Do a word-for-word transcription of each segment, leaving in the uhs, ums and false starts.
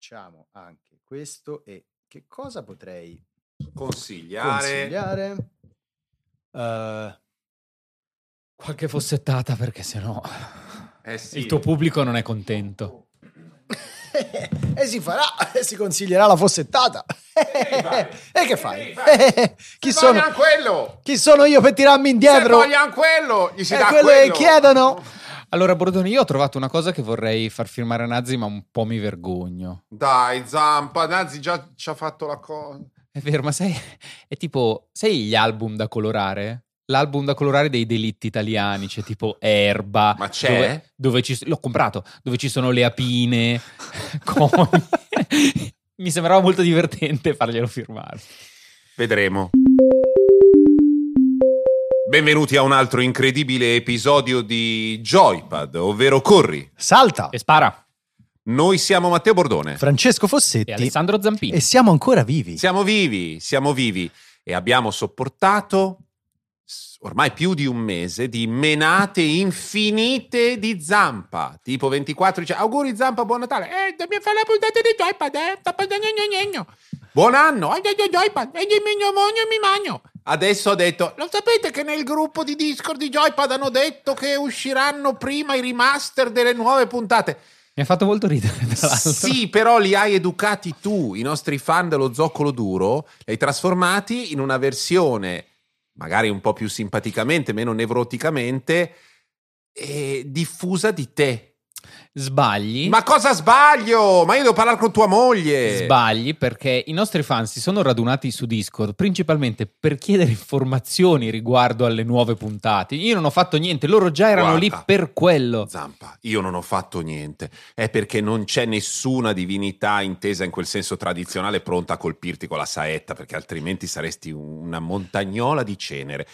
facciamo anche questo. E che cosa potrei consigliare? consigliare? Uh, qualche fossettata, perché sennò eh sì. il tuo pubblico non è contento. E si farà, e si consiglierà la fossettata. E che fai? Chi sono? Quello. Chi sono io per tirarmi indietro? Se vogliamo quello, gli si è dà quello, quello che chiedono. Allora, Bordoni, io ho trovato una cosa che vorrei far firmare a Nazzi, ma un po' mi vergogno. Dai, Zampa, Nazzi già ci ha fatto la cosa. È vero, ma sai, è tipo, sai gli album da colorare? L'album da colorare dei delitti italiani, c'è tipo Erba. Ma c'è? Dove, dove ci, l'ho comprato, dove ci sono le apine, coni. Mi sembrava molto divertente farglielo firmare. Vedremo. Benvenuti a un altro incredibile episodio di Joypad, ovvero Corri, Salta e spara. Noi siamo Matteo Bordone, Francesco Fossetti e Alessandro Zampini. E siamo ancora vivi. Siamo vivi, siamo vivi e abbiamo sopportato ormai più di un mese di menate infinite di Zampa, tipo ventiquattro, dice auguri Zampa, buon Natale, eh, dobbiamo fare la puntata di Joypad, eh, sta passando gnagno. Buon anno, eh, Joypad, eh, mi magno. Adesso ho detto, lo sapete che nel gruppo di Discord di Joypad hanno detto che usciranno prima i remaster delle nuove puntate. Mi ha fatto molto ridere, tra l'altro. Sì, però li hai educati tu, i nostri fan dello Zoccolo Duro, li hai trasformati in una versione magari un po' più simpaticamente, meno nevroticamente, e diffusa di te. Sbagli. Ma cosa sbaglio? Ma io devo parlare con tua moglie. Sbagli perché i nostri fan si sono radunati su Discord principalmente per chiedere informazioni riguardo alle nuove puntate. Io non ho fatto niente, loro già erano Guarda, lì per quello. Zampa, io non ho fatto niente. È perché non c'è nessuna divinità intesa in quel senso tradizionale pronta a colpirti con la saetta, perché altrimenti saresti una montagnola di cenere.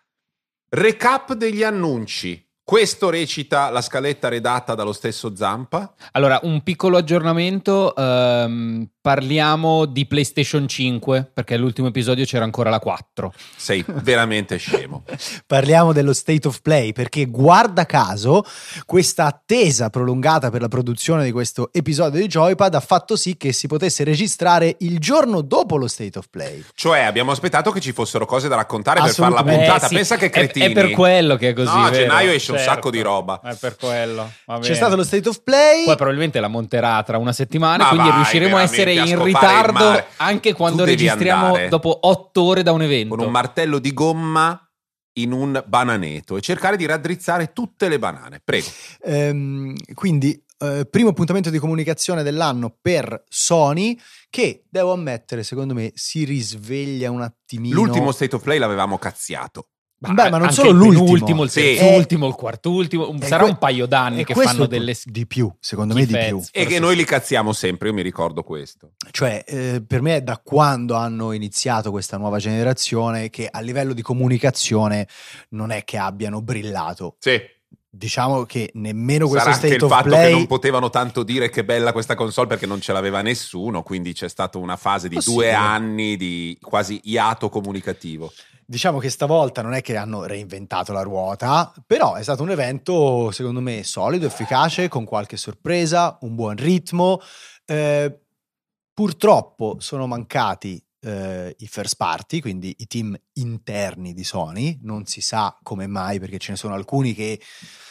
Recap degli annunci. Questo recita la scaletta redatta dallo stesso Zampa. Allora, un piccolo aggiornamento, ehm, parliamo di PlayStation cinque, perché all'ultimo episodio c'era ancora la quattro. Sei veramente scemo. Parliamo dello State of Play, perché guarda caso questa attesa prolungata per la produzione di questo episodio di Joypad ha fatto sì che si potesse registrare il giorno dopo lo State of Play. Cioè abbiamo aspettato che ci fossero cose da raccontare per fare la puntata. Eh, sì. Pensa che cretini. È, è per quello che è così. No, a vero? gennaio esce Certo. un sacco di roba. È per quello. Va C'è bene. stato lo State of Play. Poi probabilmente la monterà tra una settimana, Ma quindi vai, riusciremo a essere veramente, a in scopare il ritardo mare. anche quando Tu devi registriamo andare dopo otto ore da un evento. con un martello di gomma in un bananeto e cercare di raddrizzare tutte le banane. Prego. Ehm, quindi eh, primo appuntamento di comunicazione dell'anno per Sony, che devo ammettere secondo me si risveglia un attimino. L'ultimo State of Play l'avevamo cazziato. Beh, ma non anche solo il l'ultimo, penultimo, il Sì. terzultimo, il quartultimo, E sarà que- un paio d'anni e che questo fanno è delle di più, secondo me di più. schifezze. E che noi li cazziamo sempre, io mi ricordo questo. Cioè, eh, per me è da quando hanno iniziato questa nuova generazione che a livello di comunicazione non è che abbiano brillato. Sì. Diciamo che nemmeno questo Sarà anche State il of fatto Play che non potevano tanto dire che bella questa console perché non ce l'aveva nessuno, quindi c'è stata una fase di Possibile. due anni di quasi iato comunicativo. Diciamo che stavolta non è che hanno reinventato la ruota, però è stato un evento secondo me solido, efficace, con qualche sorpresa, un buon ritmo. Eh, purtroppo sono mancati eh, i first party, quindi i team interni di Sony, non si sa come mai perché ce ne sono alcuni che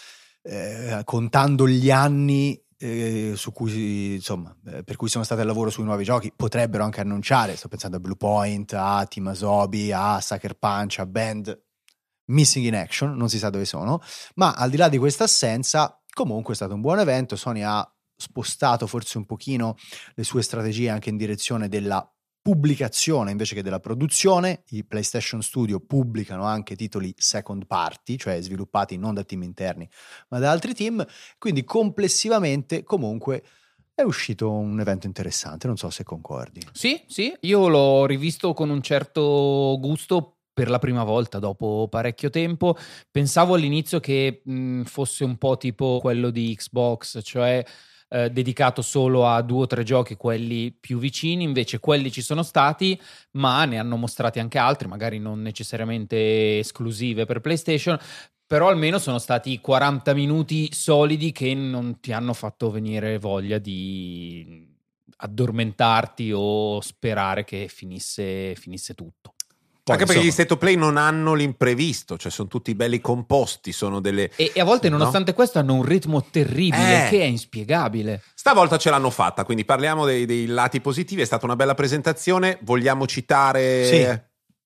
eh, contando gli anni Eh, su cui insomma eh, per cui sono stati al lavoro sui nuovi giochi potrebbero anche annunciare, sto pensando a Bluepoint, a Team Asobi, a Sucker Punch, a Band Missing in Action, non si sa dove sono, ma al di là di questa assenza comunque è stato un buon evento. Sony ha spostato forse un pochino le sue strategie anche in direzione della pubblicazione invece che della produzione. I PlayStation Studio pubblicano anche titoli second party, cioè sviluppati non da team interni ma da altri team, quindi complessivamente comunque è uscito un evento interessante, non so se concordi. Sì, sì, io l'ho rivisto con un certo gusto per la prima volta dopo parecchio tempo. Pensavo all'inizio che mh, fosse un po' tipo quello di Xbox, cioè Eh, dedicato solo a due o tre giochi, quelli più vicini. Invece quelli ci sono stati, ma ne hanno mostrati anche altri, magari non necessariamente esclusive per PlayStation, però almeno sono stati quaranta minuti solidi che non ti hanno fatto venire voglia di addormentarti o sperare che finisse, finisse tutto. Poi, anche perché insomma, gli state to play non hanno l'imprevisto, cioè sono tutti belli composti, sono delle... E, e a volte, no? nonostante questo, hanno un ritmo terribile Eh. che è inspiegabile. Stavolta ce l'hanno fatta, quindi parliamo dei, dei lati positivi. È stata una bella presentazione. Vogliamo citare... Sì.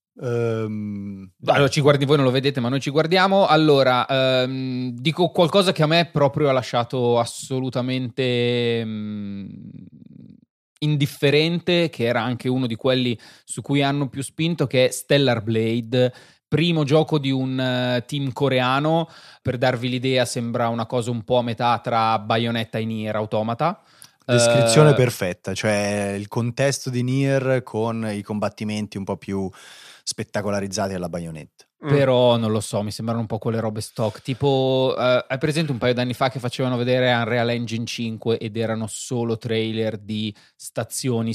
Um, Allora, ci guardi, voi non lo vedete, ma noi ci guardiamo. Allora, ehm, dico qualcosa che a me proprio ha lasciato assolutamente mh, indifferente, che era anche uno di quelli su cui hanno più spinto, che è Stellar Blade. Primo gioco di un uh, team coreano. Per darvi l'idea, sembra una cosa un po' a metà tra Bayonetta e Nier Automata. Descrizione Uh, perfetta, cioè il contesto di Nier con i combattimenti un po' più spettacolarizzati alla Bayonetta. Però non lo so, mi sembrano un po' quelle robe stock. Tipo, uh, hai presente un paio d'anni fa che facevano vedere Unreal Engine cinque ed erano solo trailer di stazioni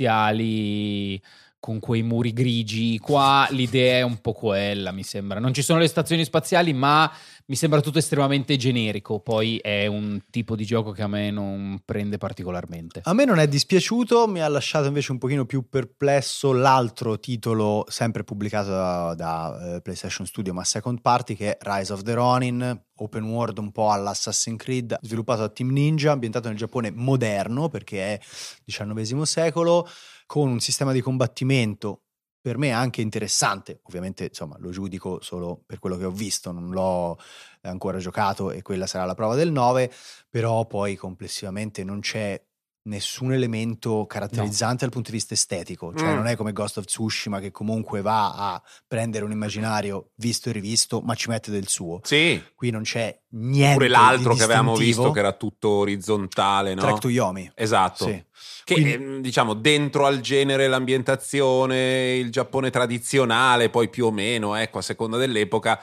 spaziali con quei muri grigi? Qua l'idea è un po' quella, mi sembra. Non ci sono le stazioni spaziali, ma mi sembra tutto estremamente generico. Poi è un tipo di gioco che a me non prende particolarmente. A me non è dispiaciuto, mi ha lasciato invece un pochino più perplesso l'altro titolo sempre pubblicato da, da uh, PlayStation Studio, ma second party, che è Rise of the Ronin, open world un po' all'Assassin's Creed, sviluppato da Team Ninja, ambientato nel Giappone moderno perché è diciannovesimo secolo, con un sistema di combattimento per me anche interessante. Ovviamente, insomma, lo giudico solo per quello che ho visto, non l'ho ancora giocato e quella sarà la prova del nove, però poi complessivamente non c'è nessun elemento caratterizzante no. dal punto di vista estetico, cioè mm. non è come Ghost of Tsushima che comunque va a prendere un immaginario visto e rivisto ma ci mette del suo. Sì. Qui non c'è niente. Pure l'altro di che avevamo visto che era tutto orizzontale, no? Track to Yomi. Esatto. Sì. Che Quindi, diciamo dentro al genere, l'ambientazione, il Giappone tradizionale, poi più o meno, ecco, a seconda dell'epoca,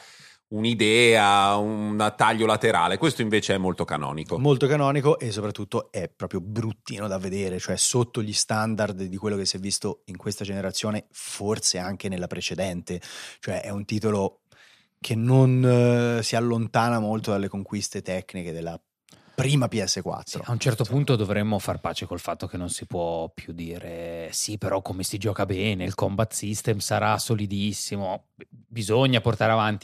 un'idea, un taglio laterale. Questo invece è molto canonico. Molto canonico e soprattutto è proprio bruttino da vedere, cioè sotto gli standard di quello che si è visto in questa generazione, forse anche nella precedente. Cioè è un titolo che non uh, si allontana molto dalle conquiste tecniche della prima P S quattro. Sì, a un certo punto dovremmo far pace col fatto che non si può più dire sì, però come si gioca bene, il combat system sarà solidissimo. Bisogna portare avanti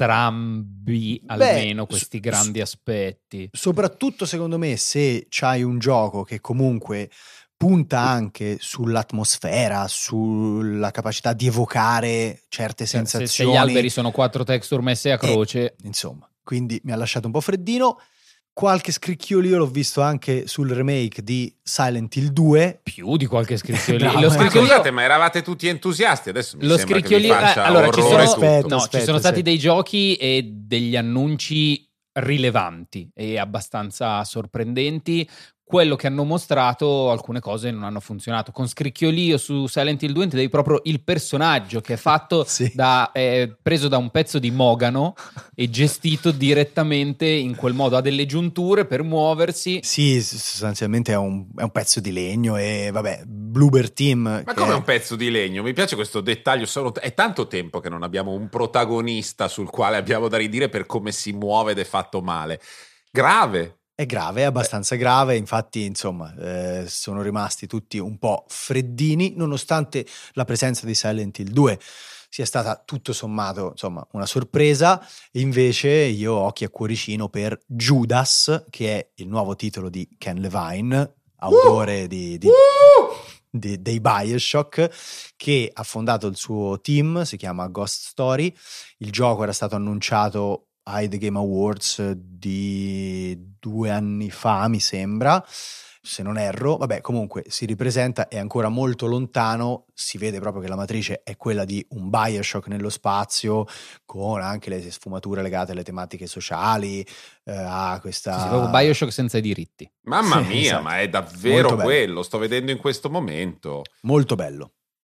entrambi almeno Beh, questi s- grandi aspetti. Soprattutto secondo me se c'hai un gioco che comunque punta anche sull'atmosfera, sulla capacità di evocare certe Cioè, sensazioni. Se, se gli alberi sono quattro texture messe a croce. Eh, insomma, quindi mi ha lasciato un po' freddino. Qualche scricchiolio l'ho visto anche sul remake di Silent Hill due. Più di qualche scricchiolio. Bravo, Lo eh. scricchiolio... Ma scusate, ma eravate tutti entusiasti? Adesso mi Lo sembra che vi scricchiolio... faccia eh, allora, ci sono, orrore aspetta, tutto. no, aspetta, ci sono stati sì. dei giochi e degli annunci rilevanti e abbastanza sorprendenti. Quello che hanno mostrato, alcune cose non hanno funzionato. Con Scricchiolio su Silent Hill due vedevi proprio il personaggio che è fatto Sì. da eh, preso da un pezzo di mogano e gestito direttamente in quel modo, ha delle giunture per muoversi. Sì, sostanzialmente è un, è un pezzo di legno e vabbè, Bloober Team. Ma che come è... un pezzo di legno? Mi piace questo dettaglio. Sono... È tanto tempo che non abbiamo un protagonista sul quale abbiamo da ridire per come si muove ed è fatto male. Grave. È grave, è abbastanza Beh. grave, infatti insomma eh, sono rimasti tutti un po' freddini, nonostante la presenza di Silent Hill due sia stata tutto sommato insomma una sorpresa. Invece io ho occhi a cuoricino per Judas, che è il nuovo titolo di Ken Levine, autore uh! di, di, uh! di, dei Bioshock, che ha fondato il suo team, si chiama Ghost Story. Il gioco era stato annunciato ai The Game Awards di due anni fa, mi sembra, se non erro. Vabbè, comunque si ripresenta, è ancora molto lontano, si vede proprio che la matrice è quella di un Bioshock nello spazio, con anche le sfumature legate alle tematiche sociali, eh, a questa... Sì, sì, proprio Bioshock senza i diritti. Mamma sì, mia, esatto. Ma è davvero quello, sto vedendo in questo momento. Molto bello.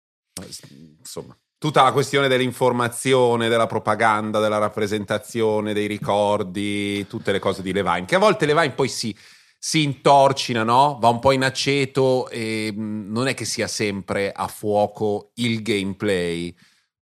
Insomma... Tutta la questione dell'informazione, della propaganda, della rappresentazione, dei ricordi, tutte le cose di Levine, che a volte Levine poi si, si intorcina, no? Va un po' in aceto e mh, non è che sia sempre a fuoco il gameplay.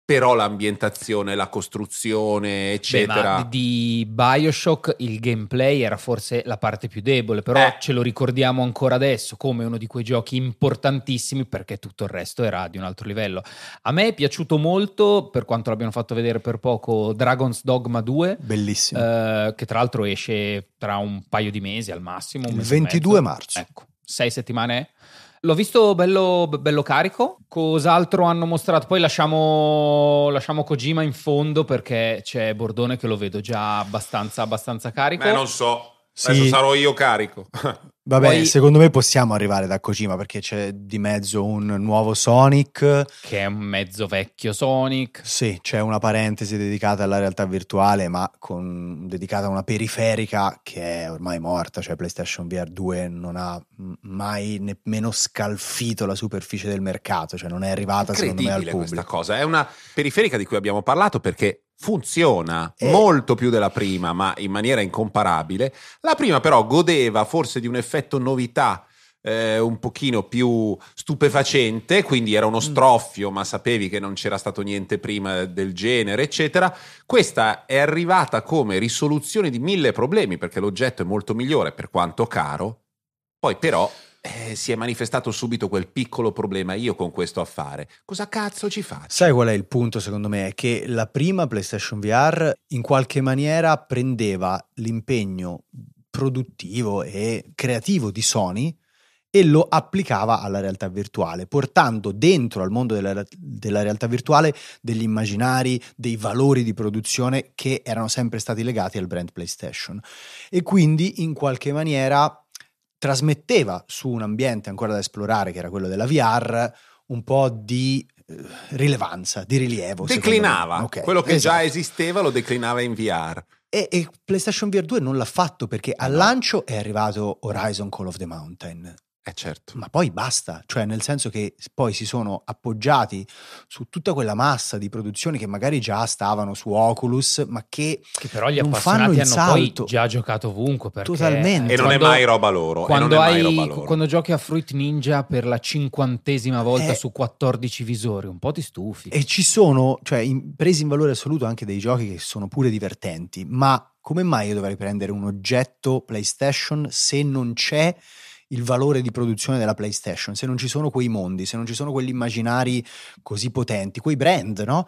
però l'ambientazione, la costruzione, eccetera. Beh, ma di BioShock il gameplay era forse la parte più debole, però Eh. ce lo ricordiamo ancora adesso come uno di quei giochi importantissimi perché tutto il resto era di un altro livello. A me è piaciuto molto, per quanto l'abbiano fatto vedere per poco, Dragon's Dogma due, Bellissimo. eh, che tra l'altro esce tra un paio di mesi al massimo. Un Il mese e ventidue mezzo. marzo. Ecco, sei settimane. L'ho visto bello, bello carico. Cos'altro hanno mostrato? Poi lasciamo, lasciamo Kojima in fondo perché c'è Bordone che lo vedo già abbastanza, abbastanza carico. Beh, non so. Sì. Adesso sarò io carico. Vabbè, Poi- secondo me possiamo arrivare da Kojima perché c'è di mezzo un nuovo Sonic. Che è un mezzo vecchio Sonic. Sì, c'è una parentesi dedicata alla realtà virtuale, ma con, dedicata a una periferica che è ormai morta, cioè PlayStation V R due non ha mai nemmeno scalfito la superficie del mercato, cioè non è arrivata secondo me al Incredibile pubblico. questa cosa. È una periferica di cui abbiamo parlato perché funziona Eh. molto più della prima, ma in maniera incomparabile. La prima però godeva forse di un effetto novità eh, un pochino più stupefacente, quindi era uno stroffio, ma sapevi che non c'era stato niente prima del genere, eccetera. Questa è arrivata come risoluzione di mille problemi, perché l'oggetto è molto migliore per quanto caro. Poi però eh, si è manifestato subito quel piccolo problema: io con questo affare cosa cazzo ci faccio? Sai qual è il punto secondo me? È che la prima PlayStation V R in qualche maniera prendeva l'impegno produttivo e creativo di Sony e lo applicava alla realtà virtuale, portando dentro al mondo della, della realtà virtuale degli immaginari, dei valori di produzione che erano sempre stati legati al brand PlayStation. E quindi in qualche maniera trasmetteva su un ambiente ancora da esplorare, che era quello della V R, un po' di eh, rilevanza, di rilievo. Declinava okay, quello che esatto. già esisteva, lo declinava in V R. E, e PlayStation V R due non l'ha fatto perché al no. lancio è arrivato Horizon Call of the Mountain. Eh certo. Ma poi basta, cioè nel senso che poi si sono appoggiati su tutta quella massa di produzioni che magari già stavano su Oculus, ma che, Che però gli non fanno appassionati il hanno poi salto. già giocato ovunque. Perché Totalmente. E non quando- è mai roba loro. Quando, e non è mai hai, roba loro. quando giochi a Fruit Ninja per la cinquantesima volta Eh. su quattordici visori, un po' ti stufi. E ci sono, cioè in, presi in valore assoluto anche dei giochi che sono pure divertenti, ma come mai io dovrei prendere un oggetto PlayStation se non c'è il valore di produzione della PlayStation, se non ci sono quei mondi, se non ci sono quegli immaginari così potenti, quei brand, no?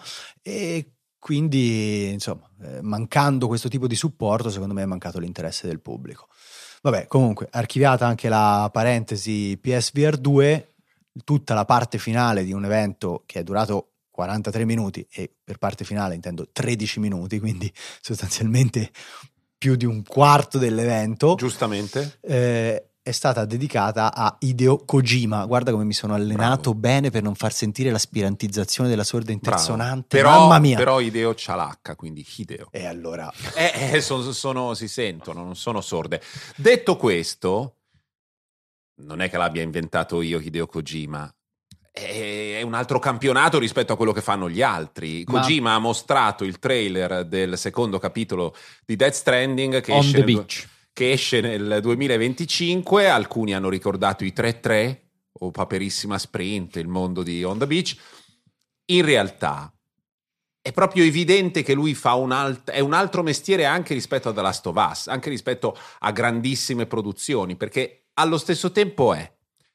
E quindi, insomma, eh, mancando questo tipo di supporto, secondo me è mancato l'interesse del pubblico. Vabbè, comunque, archiviata anche la parentesi P S V R due, tutta la parte finale di un evento che è durato quarantatré minuti, e per parte finale intendo tredici minuti, quindi sostanzialmente più di un quarto dell'evento. Giustamente. Eh, è stata dedicata a Hideo Kojima. Guarda come mi sono allenato Bravo. bene per non far sentire la spirantizzazione della sorda intersonante. Però, Mamma mia. però Hideo c'ha l'H, quindi Hideo. E allora Eh, eh, sono, sono- si sentono, non sono sorde. Detto questo, non è che l'abbia inventato io Hideo Kojima. È un altro campionato rispetto a quello che fanno gli altri. Ma- Kojima ha mostrato il trailer del secondo capitolo di Death Stranding che On esce the nel- beach. che esce nel duemilaventicinque. Alcuni hanno ricordato i tre tre o Paperissima Sprint, il mondo di On the Beach. In realtà è proprio evidente che lui fa un alt- è un altro mestiere anche rispetto a The Last of Us, anche rispetto a grandissime produzioni, perché allo stesso tempo è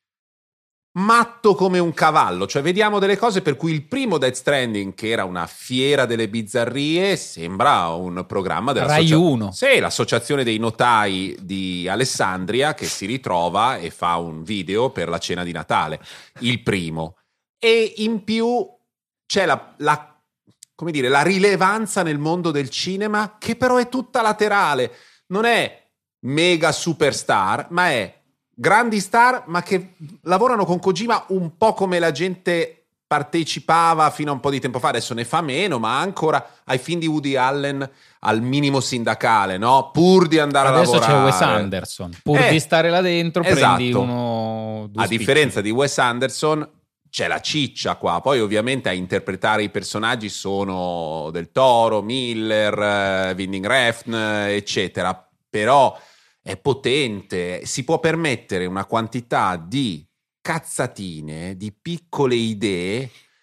matto come un cavallo, cioè vediamo delle cose per cui il primo Death Stranding, che era una fiera delle bizzarrie, sembra un programma della Rai uno. Sì, l'associazione dei notai di Alessandria che si ritrova e fa un video per la cena di Natale, il primo. E in più c'è la, la come dire, la rilevanza nel mondo del cinema, che però è tutta laterale, non è mega superstar, ma è grandi star, ma che lavorano con Kojima un po' come la gente partecipava fino a un po' di tempo fa, adesso ne fa meno, ma ancora ai film di Woody Allen al minimo sindacale, no? Pur di andare Adesso a lavorare. c'è Wes Anderson. Pur Eh, di stare là dentro, esatto. prendi uno. Due A spicci. differenza di Wes Anderson, c'è la ciccia qua. Poi ovviamente a interpretare i personaggi sono Del Toro, Miller, eh, Winding Refn, eccetera. Però è potente, si può permettere una quantità di cazzatine, di piccole idee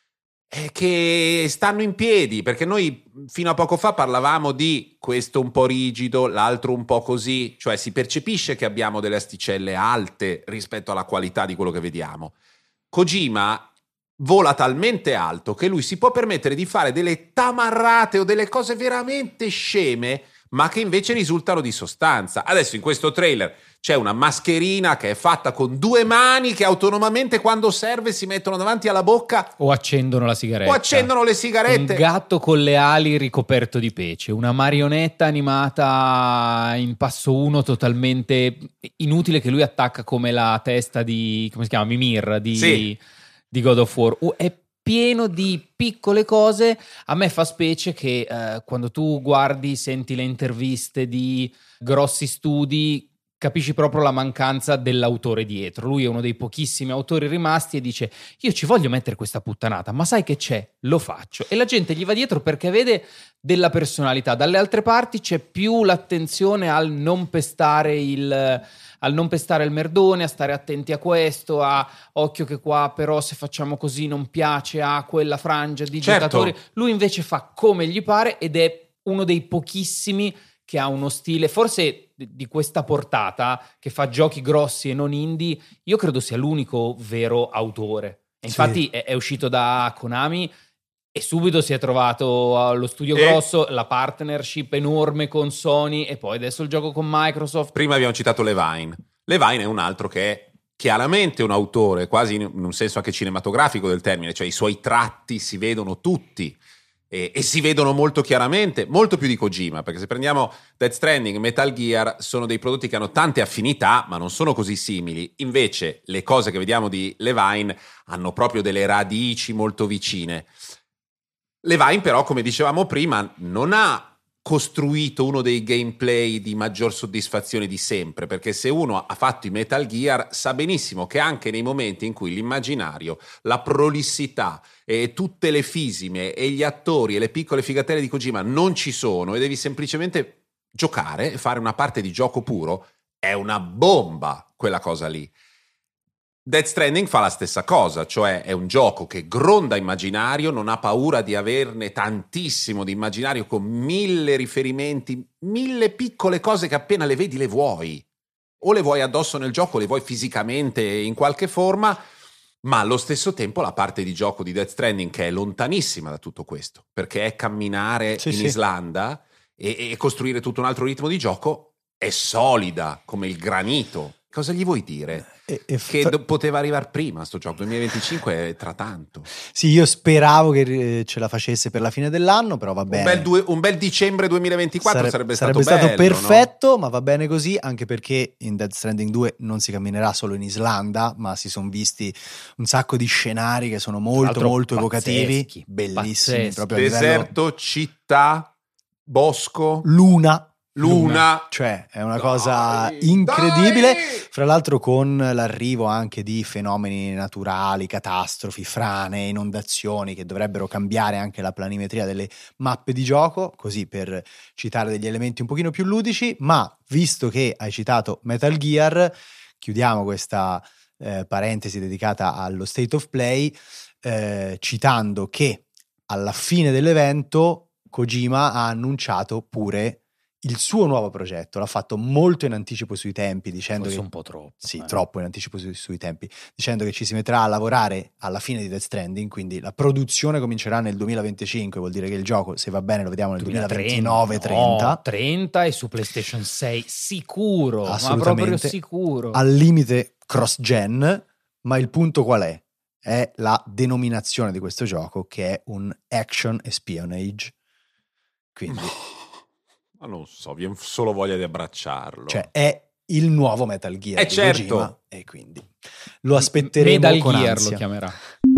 eh, che stanno in piedi, perché noi fino a poco fa parlavamo di questo un po' rigido, l'altro un po' così, cioè si percepisce che abbiamo delle asticelle alte rispetto alla qualità di quello che vediamo. Kojima vola talmente alto che lui si può permettere di fare delle tamarrate o delle cose veramente sceme, ma che invece risultano di sostanza. Adesso in questo trailer c'è una mascherina che è fatta con due mani che autonomamente quando serve si mettono davanti alla bocca o accendono la sigaretta o accendono le sigarette. Un gatto con le ali ricoperto di pece, una marionetta animata in passo uno totalmente inutile che lui attacca come la testa di, come si chiama, Mimir di, sì. di God of War. Uh, è pieno di piccole cose. A me fa specie che eh, quando tu guardi, senti le interviste di grossi studi, capisci proprio la mancanza dell'autore dietro. Lui è uno dei pochissimi autori rimasti e dice: io ci voglio mettere questa puttanata, ma sai che c'è? Lo faccio. E la gente gli va dietro perché vede della personalità. Dalle altre parti c'è più l'attenzione al non pestare il... al non pestare il merdone, a stare attenti a questo, a occhio che qua però se facciamo così non piace a quella frangia di certo. giocatori. Lui invece fa come gli pare ed è uno dei pochissimi che ha uno stile, forse di questa portata, che fa giochi grossi e non indie. Io credo sia l'unico vero autore. E infatti sì. è, è uscito da Konami e subito si è trovato allo studio e... grosso, la partnership enorme con Sony e poi adesso il gioco con Microsoft. Prima abbiamo citato Levine. Levine è un altro che è chiaramente un autore, quasi in un senso anche cinematografico del termine, cioè i suoi tratti si vedono tutti e, e si vedono molto chiaramente, molto più di Kojima, perché se prendiamo Death Stranding, Metal Gear, sono dei prodotti che hanno tante affinità, ma non sono così simili. Invece le cose che vediamo di Levine hanno proprio delle radici molto vicine. Levine però, come dicevamo prima, non ha costruito uno dei gameplay di maggior soddisfazione di sempre, perché se uno ha fatto i Metal Gear sa benissimo che anche nei momenti in cui l'immaginario, la prolissità e tutte le fisime e gli attori e le piccole figatelle di Kojima non ci sono e devi semplicemente giocare e fare una parte di gioco puro, è una bomba quella cosa lì. Death Stranding fa la stessa cosa, cioè è un gioco che gronda immaginario, non ha paura di averne tantissimo di immaginario con mille riferimenti, mille piccole cose che appena le vedi le vuoi. O le vuoi addosso nel gioco, o le vuoi fisicamente in qualche forma, ma allo stesso tempo la parte di gioco di Death Stranding che è lontanissima da tutto questo, perché è camminare sì, in sì. Islanda e, e costruire tutto un altro ritmo di gioco, è solida come il granito. Cosa gli vuoi dire? E, e che fa... poteva arrivare prima sto gioco, duemilaventicinque è tra tanto. Sì, io speravo che ce la facesse per la fine dell'anno, però va bene. Un bel, due, un bel dicembre duemilaventiquattro Sare- sarebbe, sarebbe stato, stato bello, perfetto, no? Ma va bene così, anche perché in Death Stranding due non si camminerà solo in Islanda, ma si sono visti un sacco di scenari che sono molto molto evocativi, pazzeschi, bellissimi, pazzeschi. proprio a deserto, livello... città, bosco, luna. Luna. Luna, cioè è una dai, cosa incredibile, dai! Fra l'altro con l'arrivo anche di fenomeni naturali, catastrofi, frane, inondazioni che dovrebbero cambiare anche la planimetria delle mappe di gioco, così per citare degli elementi un pochino più ludici. Ma visto che hai citato Metal Gear, chiudiamo questa eh, parentesi dedicata allo State of Play eh, citando che alla fine dell'evento Kojima ha annunciato pure il suo nuovo progetto. L'ha fatto molto in anticipo sui tempi, dicendo Forse che un po' troppo. Sì, eh. troppo in anticipo sui, sui tempi, dicendo che ci si metterà a lavorare alla fine di Death Stranding, quindi la produzione comincerà nel duemilaventicinque, vuol dire che il gioco, se va bene, lo vediamo nel duemilaventinove trenta. No, trenta e su PlayStation sei sicuro, ma proprio sicuro. Al limite cross-gen, ma il punto qual è? È la denominazione di questo gioco, che è un action espionage. Quindi... Ma non so, viene solo voglia di abbracciarlo. Cioè è il nuovo Metal Gear eh di certo. Kojima, e quindi lo aspetteremo Metal con Gear ansia. Lo chiamerà.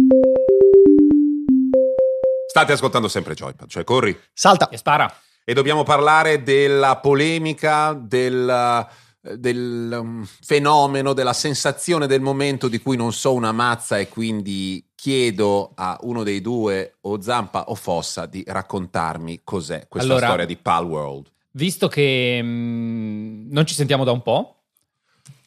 State ascoltando sempre Joypad, cioè corri, salta e spara. E dobbiamo parlare della polemica, del, del um, fenomeno, della sensazione del momento di cui non so una mazza, e quindi chiedo a uno dei due, o Zampa o Fossa, di raccontarmi cos'è questa storia di Palworld. Visto che mh, non ci sentiamo da un po',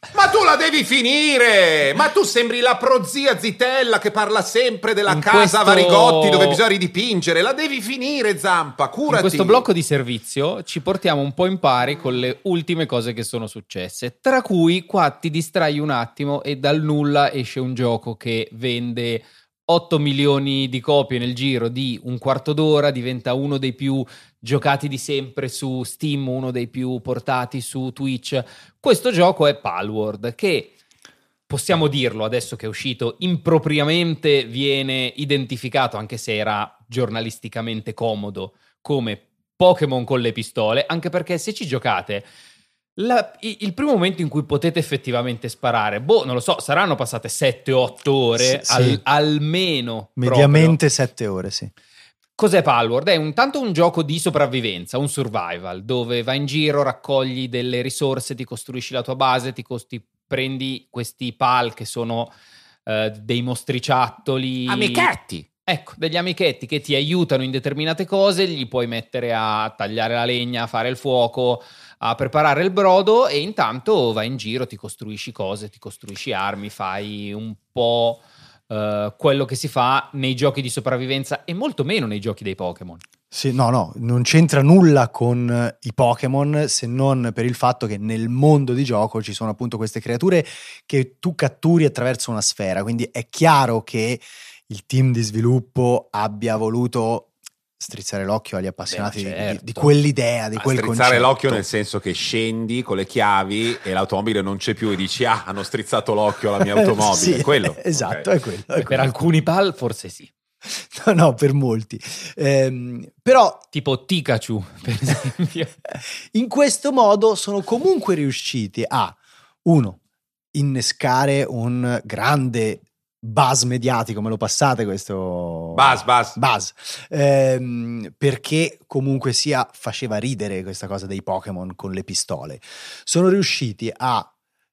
Ma tu la devi finire! Ma tu sembri la prozia Zitella che parla sempre della In casa questo- Varigotti dove bisogna ridipingere. La devi finire, Zampa, curati! In questo blocco di servizio ci portiamo un po' in pari con le ultime cose che sono successe, tra cui qua ti distrai un attimo e dal nulla esce un gioco che vende otto milioni di copie nel giro di un quarto d'ora, diventa uno dei più giocati di sempre su Steam, uno dei più portati su Twitch. Questo gioco è Palworld, che possiamo dirlo adesso che è uscito, impropriamente viene identificato, anche se era giornalisticamente comodo, come Pokémon con le pistole, anche perché se ci giocate, la- i- il primo momento in cui potete effettivamente sparare, boh, non lo so, saranno passate sette otto ore, Sì, al- sì. almeno. Mediamente sette ore, sì. Cos'è Palworld? È un, tanto un gioco di sopravvivenza, un survival, dove vai in giro, raccogli delle risorse, ti costruisci la tua base, ti, costi- prendi questi pal che sono eh, dei mostriciattoli. Amichetti! Ecco, degli amichetti che ti aiutano in determinate cose, gli puoi mettere a tagliare la legna, a fare il fuoco, a preparare il brodo e intanto vai in giro, ti costruisci cose, ti costruisci armi, fai un po' eh, quello che si fa nei giochi di sopravvivenza e molto meno nei giochi dei Pokémon. Sì, no, no, non c'entra nulla con eh, i Pokémon se non per il fatto che nel mondo di gioco ci sono appunto queste creature che tu catturi attraverso una sfera, quindi è chiaro che il team di sviluppo abbia voluto strizzare l'occhio agli appassionati Beh, di- certo. di, di quell'idea, di A quel strizzare concetto. l'occhio nel senso che scendi con le chiavi e l'automobile non c'è più e dici ah, hanno strizzato l'occhio alla mia automobile. Sì, È quello. esatto, Ok. è quello. è Per quello. alcuni pal forse sì, No, no, per molti. Ehm, però tipo Pikachu per esempio. in questo modo sono comunque riusciti a, uno, innescare un grande buzz mediatico, me lo passate questo? Buzz, buzz. Buzz. Ehm, perché comunque sia faceva ridere questa cosa dei Pokémon con le pistole. Sono riusciti a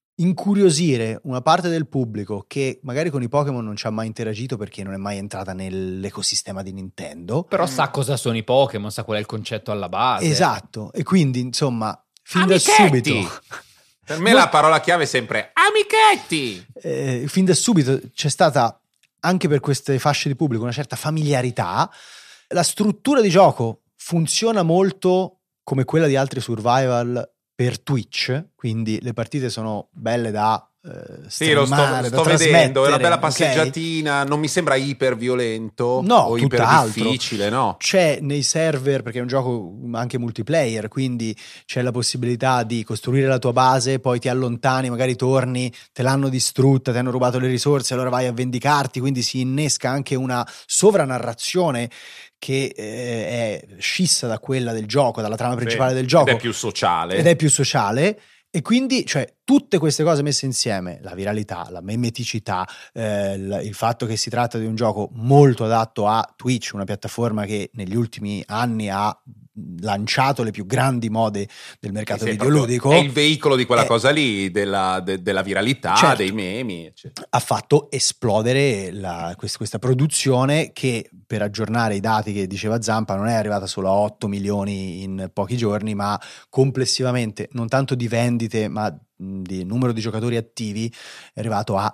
incuriosire una parte del pubblico che magari con i Pokémon non ci ha mai interagito perché non è mai entrata nell'ecosistema di Nintendo. Però sa cosa sono i Pokémon, sa qual è il concetto alla base. Esatto, e quindi insomma, fin da Amichetti! subito, Per me la parola chiave è sempre amichetti. eh, fin da subito c'è stata anche per queste fasce di pubblico una certa familiarità. La struttura di gioco funziona molto come quella di altri survival per Twitch, quindi le partite sono belle da eh, Sì, lo sto, streamare, sto da vedendo, è una trasmettere, bella ok? passeggiatina, non mi sembra iper violento No, o iper tutt'altro. difficile, no? C'è nei server, perché è un gioco anche multiplayer, quindi c'è la possibilità di costruire la tua base, poi ti allontani, magari torni, te l'hanno distrutta, ti hanno rubato le risorse, allora vai a vendicarti, quindi si innesca anche una sovranarrazione che eh, è scissa da quella del gioco, dalla trama principale Sì, del gioco. Ed è più sociale. Ed è più sociale. E quindi, cioè, tutte queste cose messe insieme, la viralità, la memeticità, eh, il, il fatto che si tratta di un gioco molto adatto a Twitch, una piattaforma che negli ultimi anni ha lanciato le più grandi mode del mercato Sì, sì, videoludico, è il veicolo di quella Eh, cosa lì, della, de- della viralità, certo. dei memi, eccetera. ha fatto esplodere la- quest- questa produzione che, per aggiornare i dati che diceva Zampa, non è arrivata solo a otto milioni in pochi giorni, ma complessivamente, non tanto di vendite, ma mh, di numero di giocatori attivi, è arrivato a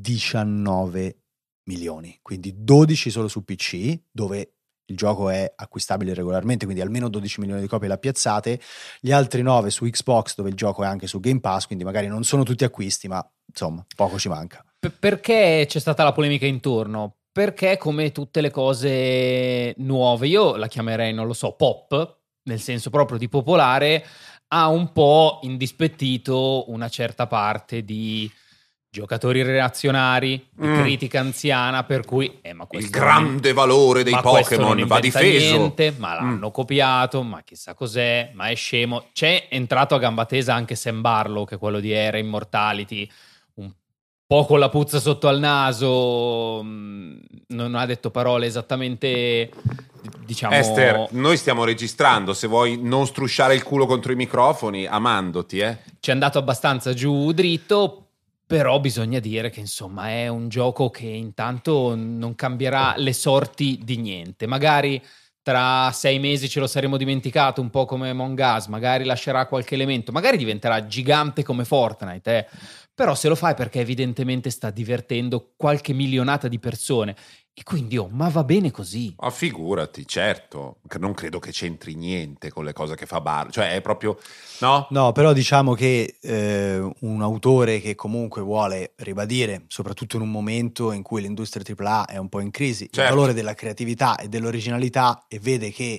diciannove milioni, quindi dodici solo su P C, dove il gioco è acquistabile regolarmente, quindi almeno dodici milioni di copie l'ha piazzate, gli altri nove su Xbox, dove il gioco è anche su Game Pass, quindi magari non sono tutti acquisti, ma insomma, poco ci manca. P- perché c'è stata la polemica intorno? Perché come tutte le cose nuove, io la chiamerei, non lo so, pop, nel senso proprio di popolare, ha un po' indispettito una certa parte di giocatori reazionari, di Mm. critica anziana, per cui eh, ma Il questo grande valore dei ma questo non Pokémon va inventa difeso. niente, ma l'hanno Mm. copiato, ma chissà cos'è, ma è scemo. C'è entrato a gamba tesa anche Sam Barlow, che è quello di Era Immortality, un po' con la puzza sotto al naso, mh, non ha detto parole esattamente, diciamo... Esther, noi stiamo registrando, se vuoi non strusciare il culo contro i microfoni, amandoti, eh. Ci è andato abbastanza giù dritto, però bisogna dire che insomma è un gioco che intanto non cambierà le sorti di niente. Magari tra sei mesi ce lo saremo dimenticato, un po' come Among Us, magari lascerà qualche elemento, magari diventerà gigante come Fortnite, eh. però se lo fai perché evidentemente sta divertendo qualche milionata di persone, e quindi oh, ma va bene così. Ma figurati, certo, che non credo che c'entri niente con le cose che fa Bar, cioè è proprio, no? No, però diciamo che eh, un autore che comunque vuole ribadire, soprattutto in un momento in cui l'industria tripla A è un po' in crisi, Certo. il valore della creatività e dell'originalità, e vede che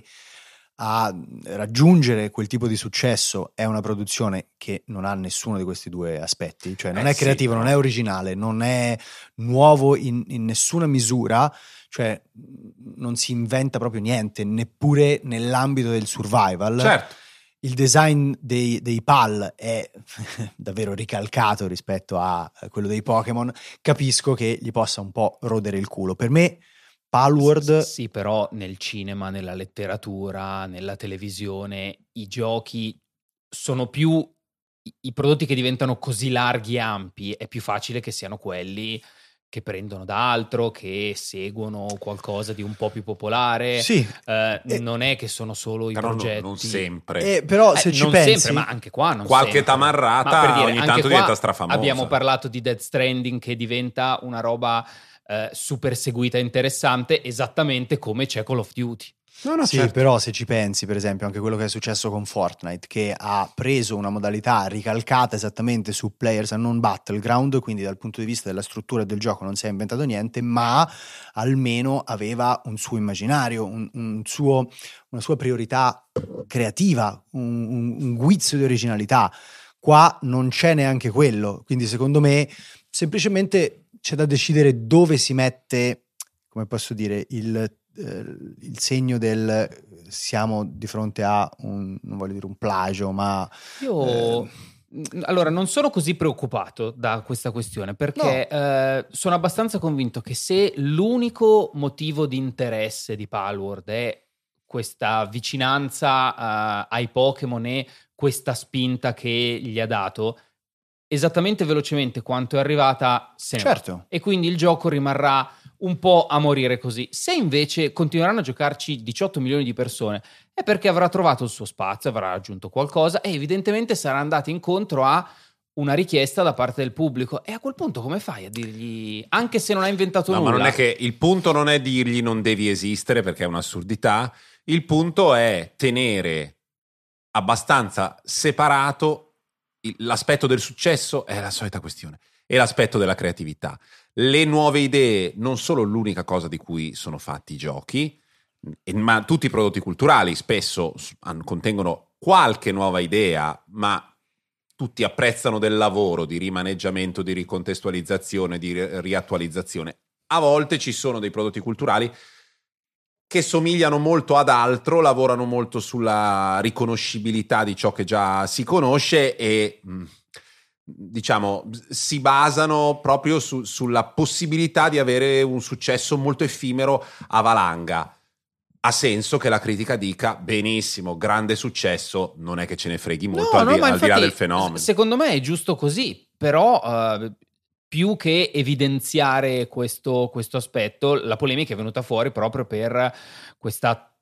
a raggiungere quel tipo di successo è una produzione che non ha nessuno di questi due aspetti, cioè non Eh è sì, creativo, però. non è originale, non è nuovo in, in nessuna misura, cioè non si inventa proprio niente, neppure nell'ambito del survival. Certo. Il design dei, dei P A L è davvero ricalcato rispetto a quello dei Pokémon. Capisco che gli possa un po' rodere il culo. Per me Palworld... Sì, però nel cinema, nella letteratura, nella televisione, i giochi sono più... i- i prodotti che diventano così larghi e ampi, è più facile che siano quelli che prendono da altro, che seguono qualcosa di un po' più popolare. Sì, Eh, e- non è che sono solo i Però no- progetti... non sempre. eh, però Eh, se ci non pensi... sempre, ma anche qua non Qualche sempre. tamarrata Ma per dire, ogni anche tanto qua diventa strafamosa. Abbiamo parlato di Death Stranding, che diventa una roba eh, super seguita e interessante, esattamente come c'è Call of Duty. No, no, Sì, certo. però se ci pensi, per esempio, anche quello che è successo con Fortnite, che ha preso una modalità ricalcata esattamente su Players Unknown Battleground, quindi dal punto di vista della struttura del gioco non si è inventato niente, ma almeno aveva un suo immaginario, un, un suo, una sua priorità creativa, un, un, un guizzo di originalità. Qua non c'è neanche quello, quindi secondo me semplicemente c'è da decidere dove si mette, come posso dire, il il segno del siamo di fronte a un, non voglio dire un plagio, ma Io... eh, Allora, non sono così preoccupato da questa questione, perché eh, sono abbastanza convinto che se l'unico motivo di interesse di Palworld è questa vicinanza eh, ai Pokémon e questa spinta che gli ha dato, esattamente velocemente quanto è arrivata, se ne va. certo. E quindi il gioco rimarrà un po' a morire così. Se invece continueranno a giocarci diciotto milioni di persone, è perché avrà trovato il suo spazio, avrà raggiunto qualcosa e evidentemente sarà andato incontro a una richiesta da parte del pubblico. E a quel punto come fai a dirgli, anche se non ha inventato No, nulla? ma non è che il punto non è dirgli non devi esistere, perché è un'assurdità. Il punto è tenere abbastanza separato il- l'aspetto del successo, è la solita questione, e l'aspetto della creatività. Le nuove idee non sono l'unica cosa di cui sono fatti i giochi, e- ma tutti i prodotti culturali spesso s- han- contengono qualche nuova idea, ma tutti apprezzano del lavoro di rimaneggiamento, di ricontestualizzazione, di ri- riattualizzazione. A volte ci sono dei prodotti culturali che somigliano molto ad altro, lavorano molto sulla riconoscibilità di ciò che già si conosce e mh, diciamo si basano proprio su- sulla possibilità di avere un successo molto effimero a valanga. Ha senso che la critica dica benissimo, grande successo, non è che ce ne freghi molto al, di, ma al di là infatti, del fenomeno. secondo me è giusto così, però eh, più che evidenziare questo, questo aspetto, la polemica è venuta fuori proprio per questa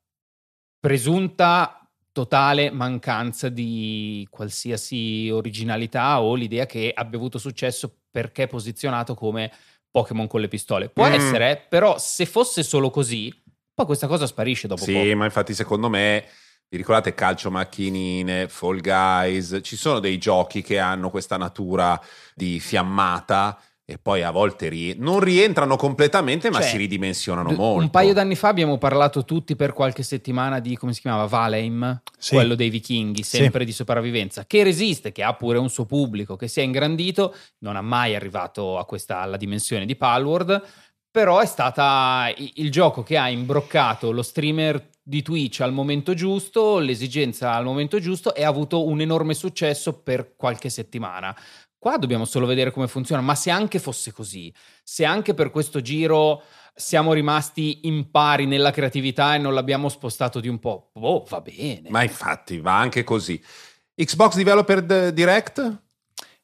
presunta totale mancanza di qualsiasi originalità o l'idea che abbia avuto successo perché è posizionato come Pokémon con le pistole. Può Mm. essere, però se fosse solo così, poi questa cosa sparisce dopo Sì, poco. ma infatti secondo me, vi ricordate Calcio Macchinine, Fall Guys, ci sono dei giochi che hanno questa natura di fiammata e poi a volte rie- non rientrano completamente, ma Cioè, si ridimensionano d- molto. Un paio d'anni fa abbiamo parlato tutti per qualche settimana di, come si chiamava, Valheim, Sì. quello dei vichinghi, sempre di sopravvivenza, che resiste, che ha pure un suo pubblico, che si è ingrandito, non ha mai arrivato a questa, alla dimensione di Palworld, però è stata i- il gioco che ha imbroccato lo streamer di Twitch al momento giusto, l'esigenza al momento giusto e ha avuto un enorme successo per qualche settimana. Qua dobbiamo solo vedere come funziona, ma se anche fosse così, se anche per questo giro siamo rimasti in pari nella creatività e non l'abbiamo spostato di un po', oh, va bene. Ma infatti va anche così. Xbox Developer D- Direct?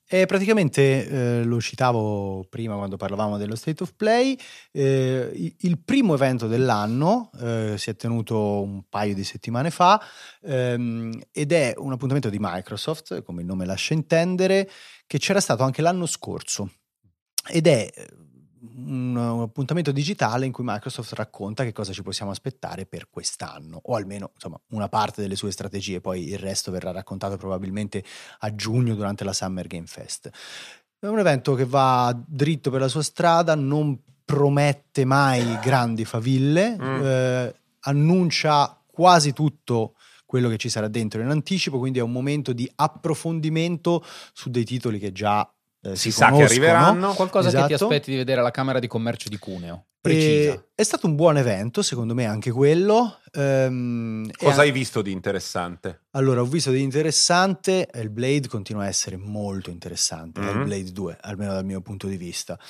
E praticamente eh, lo citavo prima quando parlavamo dello State of Play, eh, il primo evento dell'anno eh, si è tenuto un paio di settimane fa ehm, ed è un appuntamento di Microsoft, come il nome lascia intendere, che c'era stato anche l'anno scorso ed è un, un appuntamento digitale in cui Microsoft racconta che cosa ci possiamo aspettare per quest'anno, o almeno insomma una parte delle sue strategie, poi il resto verrà raccontato probabilmente a giugno durante la Summer Game Fest. È un evento che va dritto per la sua strada, non promette mai grandi faville, mm. eh, annuncia quasi tutto quello che ci sarà dentro in anticipo, quindi è un momento di approfondimento su dei titoli che già Eh, si, si sa che arriveranno. Qualcosa esatto. che ti aspetti di vedere alla Camera di Commercio di Cuneo. Precisa. E è stato un buon evento, secondo me anche quello. Ehm, Cosa e hai visto di interessante? Allora, ho visto di interessante, Hellblade continua a essere molto interessante, mm-hmm. Hellblade due, almeno dal mio punto di vista.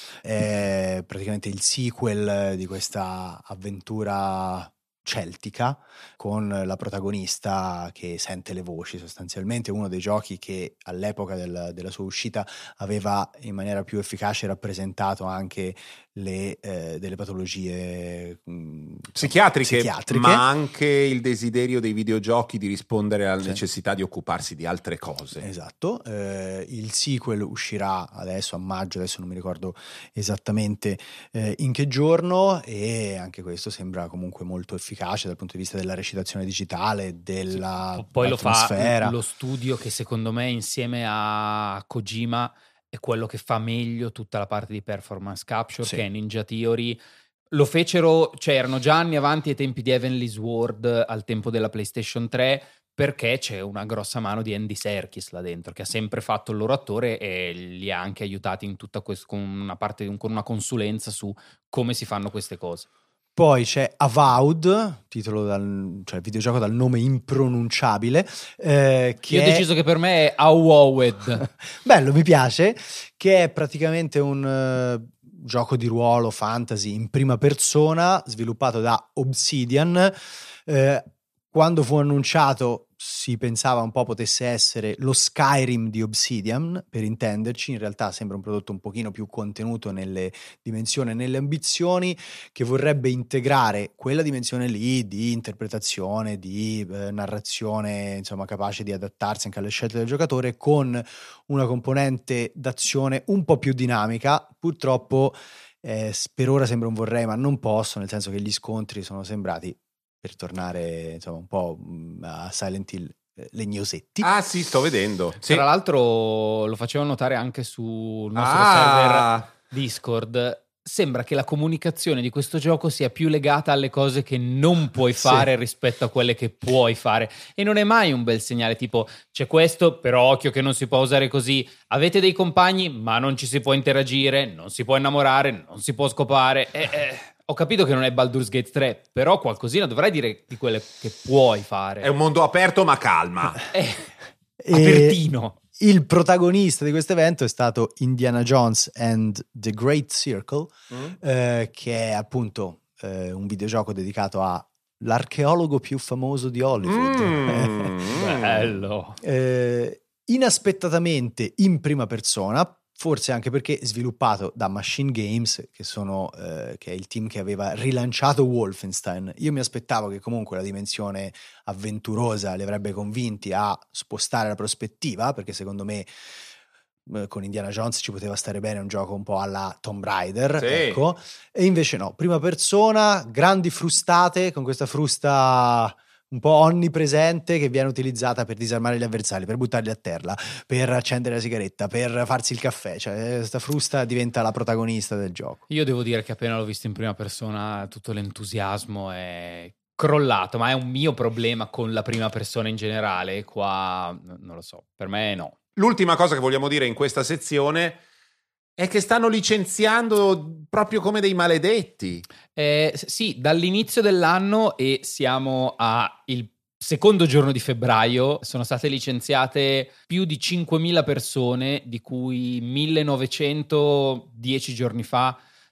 È praticamente il sequel di questa avventura celtica con la protagonista che sente le voci, sostanzialmente uno dei giochi che all'epoca del, della sua uscita aveva in maniera più efficace rappresentato anche le, eh, delle patologie mh, psichiatriche, psichiatriche, ma anche il desiderio dei videogiochi di rispondere alla sì. necessità di occuparsi di altre cose. Esatto, eh, il sequel uscirà adesso a maggio, adesso non mi ricordo esattamente eh, in che giorno, e anche questo sembra comunque molto efficace dal punto di vista della recitazione digitale, della sì, poi lo atmosfera. Fa lo studio che secondo me insieme a Kojima è quello che fa meglio tutta la parte di performance capture, sì. che è Ninja Theory. Lo fecero, cioè erano già anni avanti ai tempi di Heavenly Sword, al tempo della PlayStation tre, perché c'è una grossa mano di Andy Serkis là dentro, che ha sempre fatto il loro attore e li ha anche aiutati in tutta questa, con una parte, con una consulenza su come si fanno queste cose. Poi c'è Avowed, titolo dal, cioè videogioco dal nome impronunciabile. Eh, che Io ho è... deciso che per me è Awowed. Bello, mi piace, che è praticamente un uh, gioco di ruolo fantasy in prima persona, sviluppato da Obsidian. Eh, quando fu annunciato si pensava un po' potesse essere lo Skyrim di Obsidian, per intenderci. In realtà sembra un prodotto un pochino più contenuto nelle dimensioni e nelle ambizioni, che vorrebbe integrare quella dimensione lì di interpretazione, di eh, narrazione, insomma capace di adattarsi anche alle scelte del giocatore, con una componente d'azione un po' più dinamica. Purtroppo eh, per ora sembra un vorrei ma non posso, nel senso che gli scontri sono sembrati, per tornare insomma un po' a Silent Hill, legnosetti. Ah sì, sto vedendo. Sì. Tra l'altro lo facevo notare anche sul nostro ah. server Discord. Sembra che la comunicazione di questo gioco sia più legata alle cose che non puoi fare sì. rispetto a quelle che puoi fare, e non è mai un bel segnale, tipo c'è questo, però occhio che non si può usare così, avete dei compagni ma non ci si può interagire, non si può innamorare, non si può scopare. E, eh, ho capito che non è Baldur's Gate tre, però qualcosina dovrai dire di quelle che puoi fare. È un mondo aperto ma calma. Eh, apertino. Il protagonista di questo evento è stato Indiana Jones and the Great Circle, mm. eh, che è appunto eh, un videogioco dedicato all'archeologo più famoso di Hollywood. Mm. Bello. Eh, inaspettatamente in prima persona, forse anche perché sviluppato da Machine Games, che sono eh, che è il team che aveva rilanciato Wolfenstein. Io mi aspettavo che comunque la dimensione avventurosa li avrebbe convinti a spostare la prospettiva, perché secondo me eh, con Indiana Jones ci poteva stare bene un gioco un po' alla Tomb Raider, sì. ecco. E invece no, prima persona, grandi frustate, con questa frusta un po' onnipresente che viene utilizzata per disarmare gli avversari, per buttarli a terra, per accendere la sigaretta, per farsi il caffè. Cioè sta frusta diventa la protagonista del gioco. Io devo dire che appena l'ho visto in prima persona tutto l'entusiasmo è crollato, ma è un mio problema con la prima persona in generale. Qua non lo so, per me no. L'ultima cosa che vogliamo dire in questa sezione è che stanno licenziando proprio come dei maledetti. Eh, sì, dall'inizio dell'anno, e siamo al secondo giorno di febbraio, sono state licenziate più di cinquemila persone, di cui millenovecento dieci giorni fa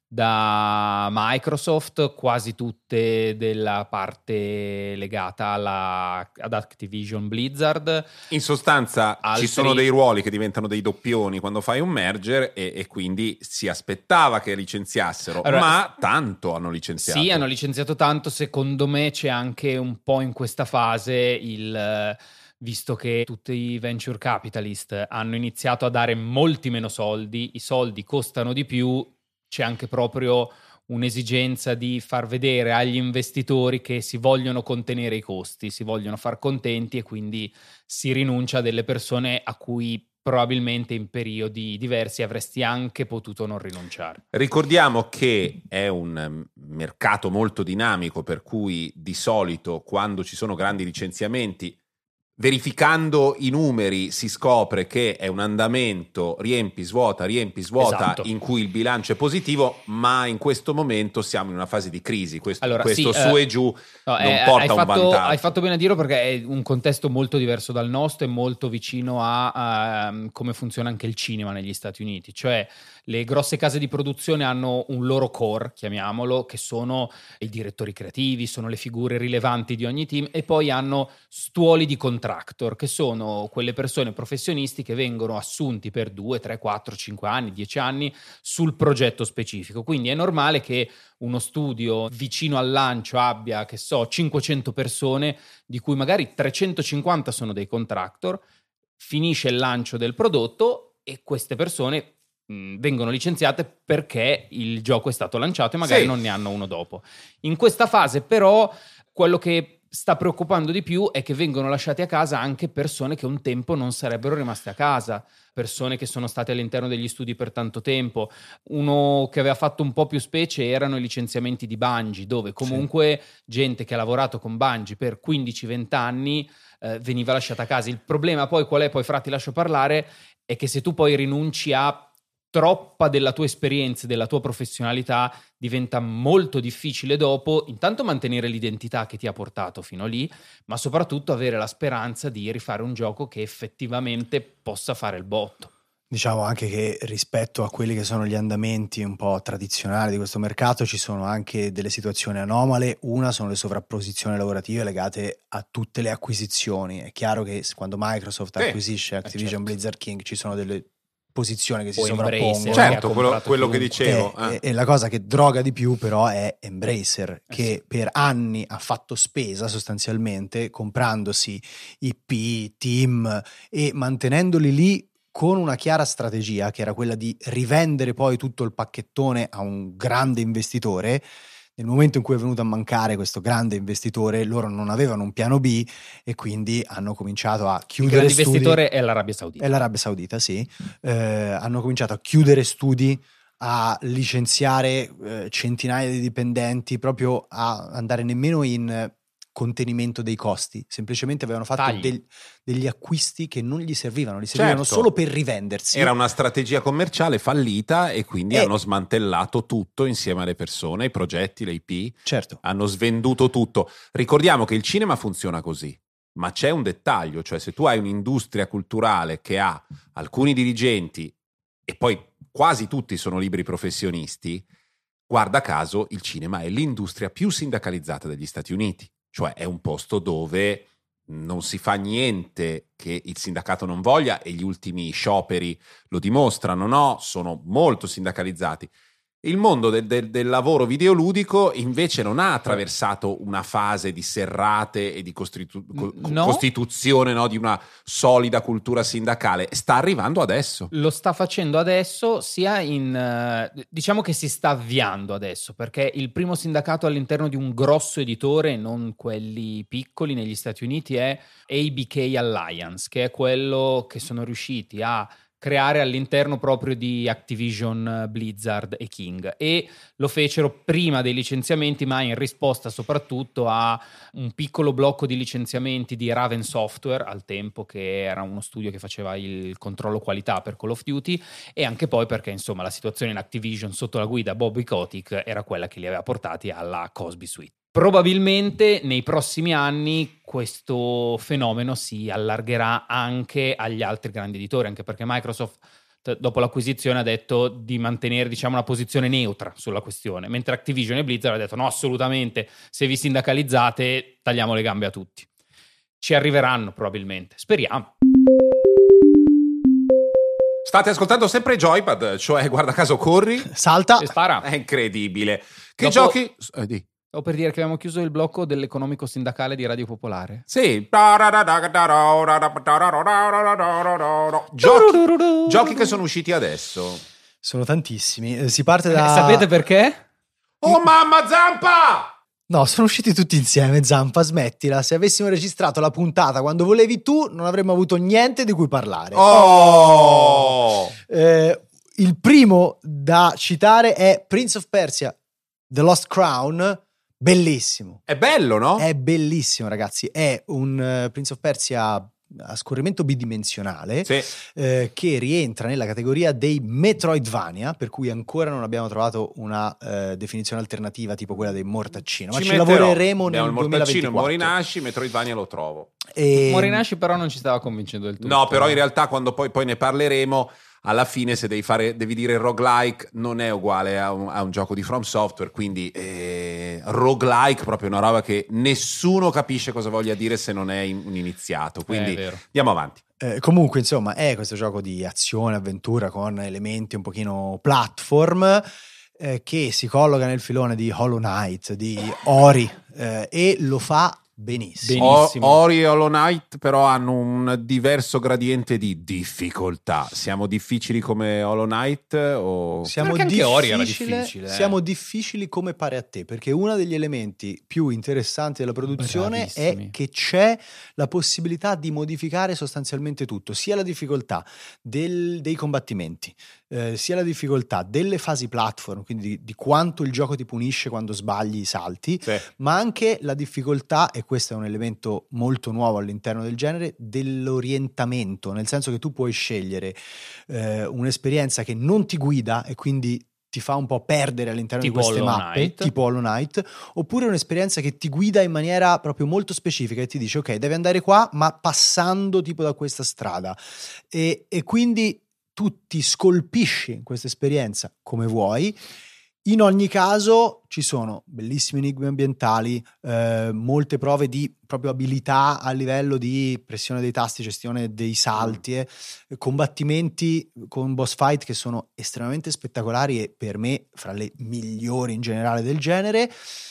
da Microsoft, quasi tutte della parte legata alla, ad Activision Blizzard. In sostanza Altri... ci sono dei ruoli che diventano dei doppioni quando fai un merger e, e quindi si aspettava che licenziassero, allora, ma tanto hanno licenziato. Sì, hanno licenziato tanto. Secondo me c'è anche un po' in questa fase il... visto che tutti i venture capitalist hanno iniziato a dare molti meno soldi, i soldi costano di più, c'è anche proprio un'esigenza di far vedere agli investitori che si vogliono contenere i costi, si vogliono far contenti e quindi si rinuncia a delle persone a cui probabilmente in periodi diversi avresti anche potuto non rinunciare. Ricordiamo che è un mercato molto dinamico, per cui di solito quando ci sono grandi licenziamenti, verificando i numeri si scopre che è un andamento riempi svuota, riempi svuota, esatto, in cui il bilancio è positivo, ma in questo momento siamo in una fase di crisi, questo, allora, questo sì, su eh, e giù no, non eh, porta un fatto, vantaggio. Hai fatto bene a dirlo, perché è un contesto molto diverso dal nostro e molto vicino a, a come funziona anche il cinema negli Stati Uniti, cioè le grosse case di produzione hanno un loro core, chiamiamolo, che sono i direttori creativi, sono le figure rilevanti di ogni team, e poi hanno stuoli di contractor, che sono quelle persone professionisti che vengono assunti per due, tre, quattro, cinque anni, dieci anni sul progetto specifico. Quindi è normale che uno studio vicino al lancio abbia, che so, cinquecento persone, di cui magari trecentocinquanta sono dei contractor, finisce il lancio del prodotto e queste persone mh, vengono licenziate perché il gioco è stato lanciato e magari sì. non ne hanno uno dopo. In questa fase però quello che sta preoccupando di più è che vengono lasciate a casa anche persone che un tempo non sarebbero rimaste a casa, persone che sono state all'interno degli studi per tanto tempo. Uno che aveva fatto un po' più specie erano i licenziamenti di Bungie, dove comunque sì. gente che ha lavorato con Bungie per quindici venti anni eh, veniva lasciata a casa. Il problema poi qual è? Poi Fra ti lascio parlare, è che se tu poi rinunci a troppa della tua esperienza e della tua professionalità, diventa molto difficile dopo intanto mantenere l'identità che ti ha portato fino lì, ma soprattutto avere la speranza di rifare un gioco che effettivamente possa fare il botto. Diciamo anche che rispetto a quelli che sono gli andamenti un po' tradizionali di questo mercato ci sono anche delle situazioni anomale. Una sono le sovrapposizioni lavorative legate a tutte le acquisizioni. È chiaro che quando Microsoft eh, acquisisce Activision certo. Blizzard King ci sono delle posizioni che si o sovrappongono. Certo, quello, quello che dicevo. E, eh. e, e la cosa che droga di più però è Embracer, eh che sì. per anni ha fatto spesa sostanzialmente comprandosi I P, team e mantenendoli lì con una chiara strategia che era quella di rivendere poi tutto il pacchettone a un grande investitore. Nel momento in cui è venuto a mancare questo grande investitore, loro non avevano un piano B e quindi hanno cominciato a chiudere il studi. L'investitore è l'Arabia Saudita. È l'Arabia Saudita, sì. Eh, hanno cominciato a chiudere studi, a licenziare eh, centinaia di dipendenti, proprio a andare nemmeno in contenimento dei costi, semplicemente avevano fatto del, degli acquisti che non gli servivano, gli servivano certo. solo per rivendersi. Era una strategia commerciale fallita e quindi e... hanno smantellato tutto insieme alle persone, i progetti, le I P, certo. hanno svenduto tutto. Ricordiamo che il cinema funziona così, ma c'è un dettaglio, cioè se tu hai un'industria culturale che ha alcuni dirigenti e poi quasi tutti sono liberi professionisti, guarda caso il cinema è l'industria più sindacalizzata degli Stati Uniti. Cioè è un posto dove non si fa niente che il sindacato non voglia e gli ultimi scioperi lo dimostrano, no? Sono molto sindacalizzati. Il mondo del, del, del lavoro videoludico invece non ha attraversato una fase di serrate e di costitu- no. costituzione no, di una solida cultura sindacale. Sta arrivando adesso. Lo sta facendo adesso, sia in diciamo che si sta avviando adesso, perché il primo sindacato all'interno di un grosso editore, non quelli piccoli negli Stati Uniti, è A B K Alliance, che è quello che sono riusciti a creare all'interno proprio di Activision, Blizzard e King, e lo fecero prima dei licenziamenti, ma in risposta soprattutto a un piccolo blocco di licenziamenti di Raven Software al tempo, che era uno studio che faceva il controllo qualità per Call of Duty, e anche poi perché insomma la situazione in Activision sotto la guida Bobby Kotick era quella che li aveva portati alla Cosby Suite. Probabilmente nei prossimi anni questo fenomeno si allargherà anche agli altri grandi editori, anche perché Microsoft Microsoft dopo l'acquisizione ha detto di mantenere, diciamo, una posizione neutra sulla questione, mentre Activision e Blizzard hanno detto no, assolutamente, se vi sindacalizzate tagliamo le gambe a tutti. Ci arriveranno probabilmente, speriamo. State ascoltando sempre Joypad, cioè guarda caso corri, salta e spara. È incredibile. Che Dopo- giochi? Eh, di. O per dire che abbiamo chiuso il blocco dell'economico sindacale di Radio Popolare. Sì. Giochi, giochi che sono usciti adesso. sono tantissimi. Eh, si parte Eh, da sapete perché? Oh mamma Zampa! No, sono usciti tutti insieme. Zampa, smettila. Se avessimo registrato la puntata quando volevi tu, non avremmo avuto niente di cui parlare. Oh! Eh, il primo da citare è Prince of Persia, The Lost Crown. Bellissimo. È bello, no? È bellissimo, ragazzi. È un uh, Prince of Persia a scorrimento bidimensionale, Sì. eh, che rientra nella categoria dei Metroidvania, per cui ancora non abbiamo trovato una eh, definizione alternativa tipo quella dei Mortaccino, ma ci, metterò. lavoreremo Abbiamo nel il Mortaccino, il duemilaventiquattro. Morinashi, Metroidvania lo trovo. E... Morinashi però non ci stava convincendo del tutto. No, però in realtà quando poi, poi ne parleremo, alla fine se devi fare, devi dire roguelike, non è uguale a un, a un gioco di From Software, quindi eh, roguelike proprio una roba che nessuno capisce cosa voglia dire se non è in, un iniziato, quindi È vero. andiamo avanti. Eh, comunque, insomma, è questo gioco di azione, avventura con elementi un pochino platform, eh, che si colloca nel filone di Hollow Knight, di Ori, eh, e lo fa benissimo. Benissimo. O- Ori e Hollow Knight però hanno un diverso gradiente di difficoltà. Siamo difficili come Hollow Knight o... Siamo Perché anche Ori era difficile- difficile, eh. siamo difficili come pare a te, perché uno degli elementi più interessanti della produzione Bravissimi. è che c'è la possibilità di modificare sostanzialmente tutto, sia la difficoltà del- dei combattimenti, eh, sia la difficoltà delle fasi platform, quindi di, di quanto il gioco ti punisce quando sbagli i salti, Sì. ma anche la difficoltà, e questo è un elemento molto nuovo all'interno del genere, dell'orientamento, nel senso che tu puoi scegliere eh, un'esperienza che non ti guida e quindi ti fa un po' perdere all'interno Tipo di queste Hollow mappe, Knight. tipo Hollow Knight, oppure un'esperienza che ti guida in maniera proprio molto specifica e ti dice ok, devi andare qua, ma passando tipo da questa strada, e, e quindi tu ti scolpisci in questa esperienza come vuoi. In ogni caso ci sono bellissimi enigmi ambientali, eh, molte prove di proprio abilità a livello di pressione dei tasti, gestione dei salti, eh, combattimenti con boss fight che sono estremamente spettacolari e per me fra le migliori in generale del genere.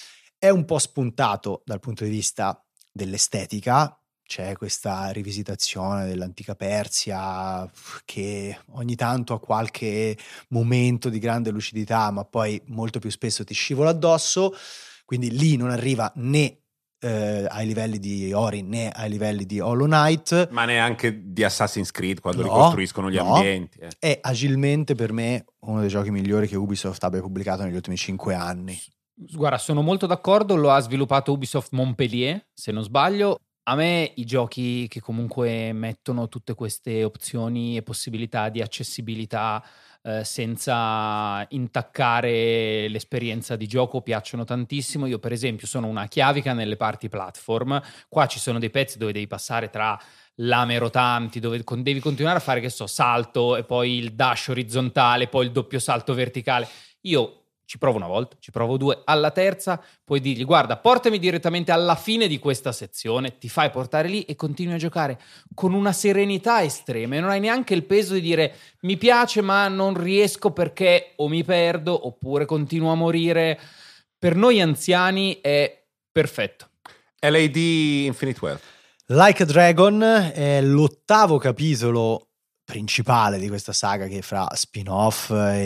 È un po' spuntato dal punto di vista dell'estetica. C'è questa rivisitazione dell'antica Persia che ogni tanto ha qualche momento di grande lucidità, ma poi molto più spesso ti scivola addosso, quindi lì non arriva né eh, ai livelli di Ori né ai livelli di Hollow Knight. Ma neanche di Assassin's Creed quando No, ricostruiscono gli no. ambienti. eh. È agilmente per me uno dei giochi migliori che Ubisoft abbia pubblicato negli ultimi cinque anni. Guarda, sono molto d'accordo, lo ha sviluppato Ubisoft Montpellier, se non sbaglio. A me i giochi che comunque mettono tutte queste opzioni e possibilità di accessibilità eh, senza intaccare l'esperienza di gioco piacciono tantissimo. Io per esempio sono una chiavica nelle parti platform. Qua ci sono dei pezzi dove devi passare tra lame rotanti, dove con- devi continuare a fare, che so, salto e poi il dash orizzontale, poi il doppio salto verticale. Io ci provo una volta, ci provo due, alla terza puoi dirgli guarda, portami direttamente alla fine di questa sezione, ti fai portare lì e continui a giocare con una serenità estrema e non hai neanche il peso di dire mi piace ma non riesco perché o mi perdo oppure continuo a morire. Per noi anziani è perfetto. L A D Infinite Wealth. Like a Dragon è l'ottavo capitolo principale di questa saga che fra spin-off e,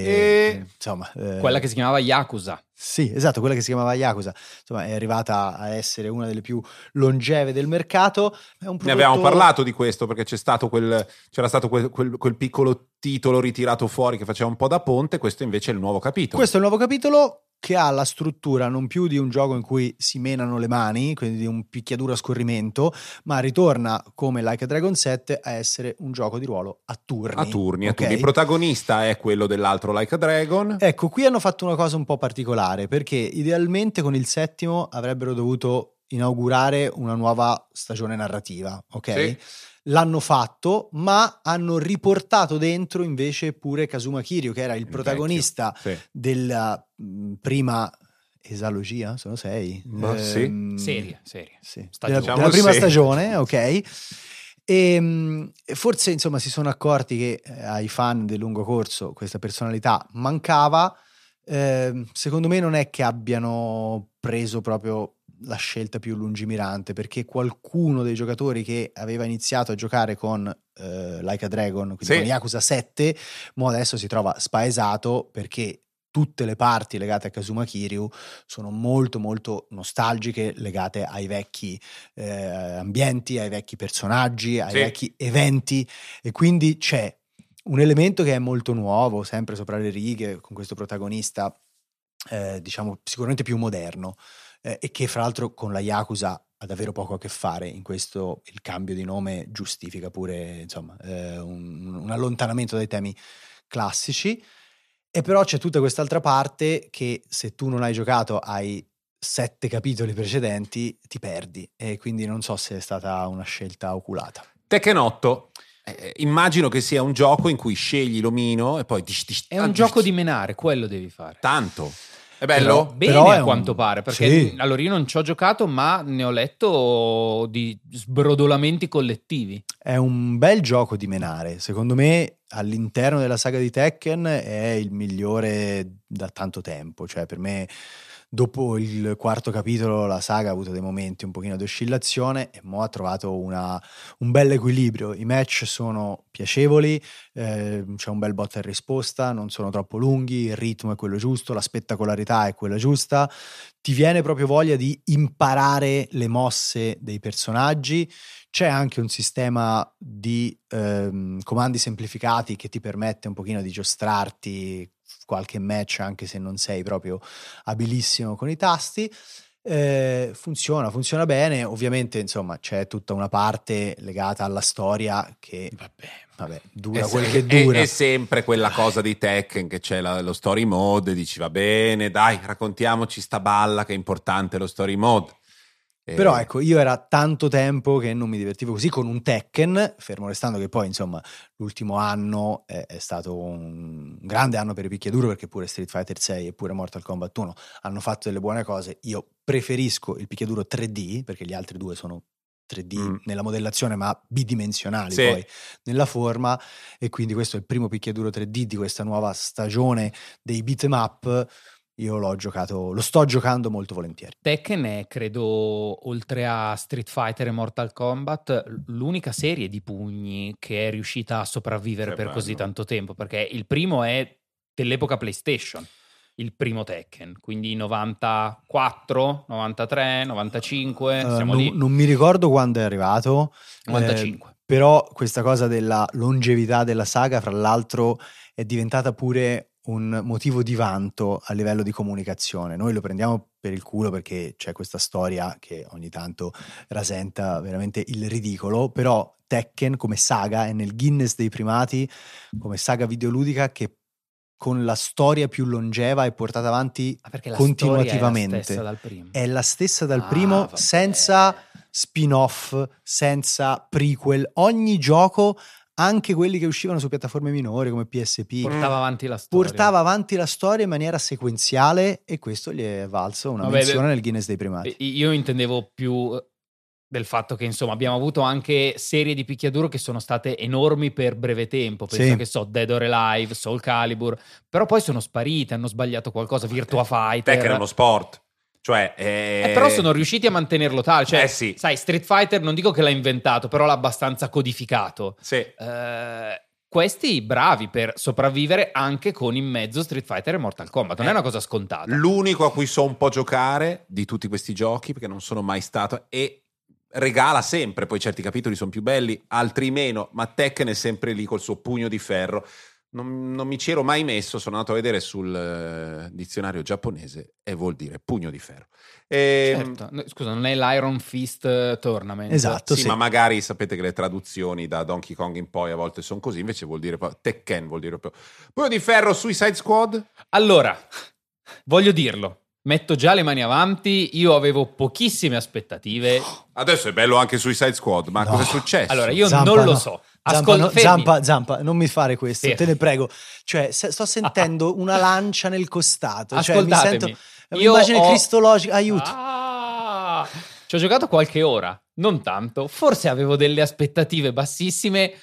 E- insomma eh, Quella che si chiamava Yakuza. sì, esatto, quella che si chiamava Yakuza, insomma è arrivata a essere una delle più longeve del mercato. È un prodotto... Ne abbiamo parlato di questo perché c'è stato quel, c'era stato quel, quel- quel piccolo titolo ritirato fuori che faceva un po' da ponte. Questo invece è il nuovo capitolo. Questo è il nuovo capitolo che ha la struttura non più di un gioco in cui si menano le mani, quindi di un picchiaduro a scorrimento, ma ritorna come Like a Dragon sette a essere un gioco di ruolo a turni. a turni, a ok? turni. Il protagonista è quello dell'altro Like a Dragon. Ecco, qui hanno fatto una cosa un po' particolare, perché idealmente con il settimo avrebbero dovuto inaugurare una nuova stagione narrativa, ok? Sì. l'hanno fatto, ma hanno riportato dentro invece pure Kazuma Kiryu, che era il, Il protagonista vecchio, sì. della mh, prima esalogia, sono sei? Ma sì. Ehm, Serie, serie. sì. Stagione. Della, Diciamo della prima sì. stagione, ok. E mh, forse insomma si sono accorti che eh, ai fan del lungo corso questa personalità mancava. Eh, secondo me non è che abbiano preso proprio la scelta più lungimirante, perché qualcuno dei giocatori che aveva iniziato a giocare con eh, Like a Dragon, quindi Sì. con Yakuza sette, mo adesso si trova spaesato perché tutte le parti legate a Kazuma Kiryu sono molto molto nostalgiche, legate ai vecchi eh, ambienti, ai vecchi personaggi, ai Sì. vecchi eventi, e quindi c'è un elemento che è molto nuovo, sempre sopra le righe, con questo protagonista eh, diciamo sicuramente più moderno, eh, e che fra l'altro con la Yakuza ha davvero poco a che fare. In questo il cambio di nome giustifica pure insomma eh, un, un allontanamento dai temi classici. E però c'è tutta quest'altra parte che, se tu non hai giocato ai sette capitoli precedenti, ti perdi, e quindi non so se è stata una scelta oculata. Tekken otto, eh, immagino che sia un gioco in cui scegli l'omino e poi... È un gioco di menare, quello devi fare. Tanto. È bello? Però- Bene, però è a un- quanto pare, perché sì. allora io non ci ho giocato, ma ne ho letto di sbrodolamenti collettivi. È un bel gioco di menare, secondo me all'interno della saga di Tekken è il migliore da tanto tempo, cioè per me dopo il quarto capitolo la saga ha avuto dei momenti un pochino di oscillazione e mo ha trovato una, un bel equilibrio. I match sono piacevoli, eh, c'è un bel botta e risposta, non sono troppo lunghi, il ritmo è quello giusto, la spettacolarità è quella giusta, ti viene proprio voglia di imparare le mosse dei personaggi. C'è anche un sistema di ehm, comandi semplificati che ti permette un pochino di giostrarti qualche match anche se non sei proprio abilissimo con i tasti. Eh, funziona, funziona bene. Ovviamente insomma c'è tutta una parte legata alla storia che Vabbè, vabbè, dura È, quel se- che è- dura. è sempre quella cosa di Tekken che c'è la- lo story mode, dici va bene, dai, raccontiamoci sta balla che è importante lo story mode. Eh, Però ecco, io era tanto tempo che non mi divertivo così con un Tekken, fermo restando che poi insomma l'ultimo anno è, è stato un grande anno per i picchiaduro, perché pure Street Fighter sei e pure Mortal Kombat uno hanno fatto delle buone cose. Io preferisco il picchiaduro tre D, perché gli altri due sono tre D Mm. nella modellazione ma bidimensionali Sì. poi nella forma, e quindi questo è il primo picchiaduro tre D di questa nuova stagione dei beat'em up. Io l'ho giocato, lo sto giocando molto volentieri. Tekken è, credo, oltre a Street Fighter e Mortal Kombat, l'unica serie di pugni che è riuscita a sopravvivere Che per bello. così tanto tempo, perché il primo è dell'epoca PlayStation, il primo Tekken, quindi novantaquattro, novantatré, novantacinque, Eh, siamo non, lì. non mi ricordo quando è arrivato, novantacinque. eh, però questa cosa della longevità della saga, fra l'altro, è diventata pure un motivo di vanto a livello di comunicazione. Noi lo prendiamo per il culo perché c'è questa storia che ogni tanto rasenta veramente il ridicolo, però Tekken come saga è nel Guinness dei primati come saga videoludica che con la storia più longeva è portata avanti Ah, perché la continuativamente. storia è la stessa dal primo. È la stessa dal Ah, primo, vabbè. senza spin-off, senza prequel. Ogni gioco, anche quelli che uscivano su piattaforme minori come P S P, Portava avanti la storia. portava avanti la storia in maniera sequenziale, e questo gli è valso una Vabbè, menzione beh, nel Guinness dei primati. Io intendevo più del fatto che insomma abbiamo avuto anche serie di picchiaduro che sono state enormi per breve tempo, penso Sì. che so Dead or Alive, Soul Calibur, però poi sono sparite, hanno sbagliato qualcosa, Virtua Fighter. Tekken è uno sport. Cioè, eh... Eh, però sono riusciti a mantenerlo tale, cioè, Eh, sì. sai, Street Fighter non dico che l'ha inventato, però l'ha abbastanza codificato. Sì. Eh, questi bravi per sopravvivere anche con in mezzo Street Fighter e Mortal Kombat, non Eh, è una cosa scontata. L'unico a cui so un po' giocare di tutti questi giochi, perché non sono mai stato, e regala sempre, poi certi capitoli sono più belli, altri meno, ma Tekken è sempre lì col suo pugno di ferro. Non, non mi ci ero mai messo, sono andato a vedere sul eh, dizionario giapponese e vuol dire pugno di ferro. E, Certo. No, scusa, non è l'Iron Fist Tournament? Esatto, sì, sì. ma magari sapete che le traduzioni da Donkey Kong in poi a volte sono così, invece vuol dire Tekken vuol dire proprio pugno di ferro. Suicide Squad? Allora, voglio dirlo, metto già le mani avanti, io avevo pochissime aspettative. Adesso è bello anche Suicide Squad, ma No. cosa è successo? Allora, io Zampa, non lo no. so. Zampa, Ascolta, no, fermi. Zampa, Zampa, non mi fare questo, Fermi. te ne prego. Cioè, se- sto sentendo una lancia nel costato. Cioè, mi Ascoltatemi. sento Io un'immagine ho- cristologica. Aiuto. Ah, ci ho giocato qualche ora, non tanto. Forse avevo delle aspettative bassissime.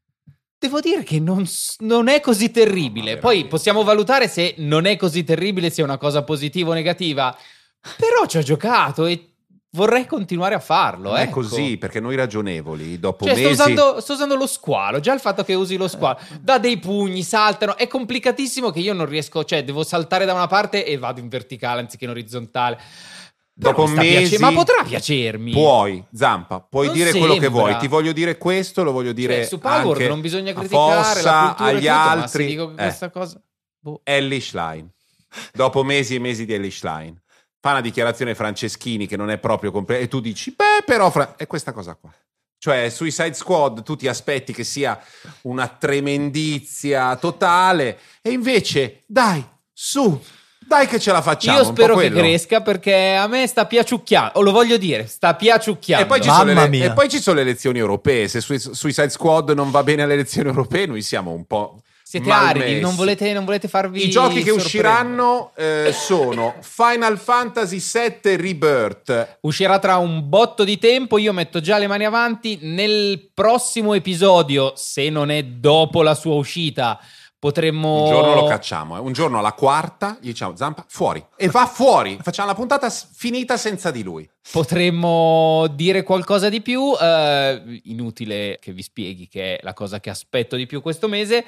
Devo dire che non, s- non è così terribile. No, Poi veramente. possiamo valutare se non è così terribile, sia una cosa positiva o negativa. Però ci ho giocato e vorrei continuare a farlo. Non è ecco. così, perché noi ragionevoli, dopo Cioè, sto mesi... usando, sto usando lo squalo. Già il fatto che usi lo squalo dà dei pugni, saltano. È complicatissimo che io non riesco. Cioè, devo saltare da una parte e vado in verticale anziché in orizzontale. Però Dopo mi sta mesi piace- ma potrà piacermi. Puoi, Zampa, puoi Non dire quello che sembra. vuoi. Ti voglio dire questo, lo voglio dire Cioè, su Palworld anche non bisogna a criticare Fossa, la cultura e agli tutto, ma se altri. dico che Eh, questa cosa. Boh. Ellie Schlein. Dopo mesi e mesi di Ellie Schlein. Fa una dichiarazione Franceschini che non è proprio completa e tu dici, beh, però Fra-" è questa cosa qua. Cioè, Suicide Squad tu ti aspetti che sia una tremendizia totale e invece, dai, su, dai che ce la facciamo. Io un po' spero che quello. cresca perché a me sta piaciucchiando. O lo voglio dire, sta piaciucchiando. E poi, ci sono Mamma le, mia. e poi ci sono le elezioni europee. Se Sui- Suicide Squad non va bene alle elezioni europee, noi siamo un po'. Siete malmessi. aridi, non volete, non volete farvi I giochi che sorprendere. usciranno eh, sono Final Fantasy sette Rebirth. Uscirà tra un botto di tempo, io metto già le mani avanti. Nel prossimo episodio, se non è dopo la sua uscita, potremmo... Un giorno lo cacciamo, eh. Un giorno alla quarta gli diciamo Zampa fuori e va fuori. Facciamo la puntata s- finita senza di lui. Potremmo dire qualcosa di più, eh, inutile che vi spieghi che è la cosa che aspetto di più questo mese,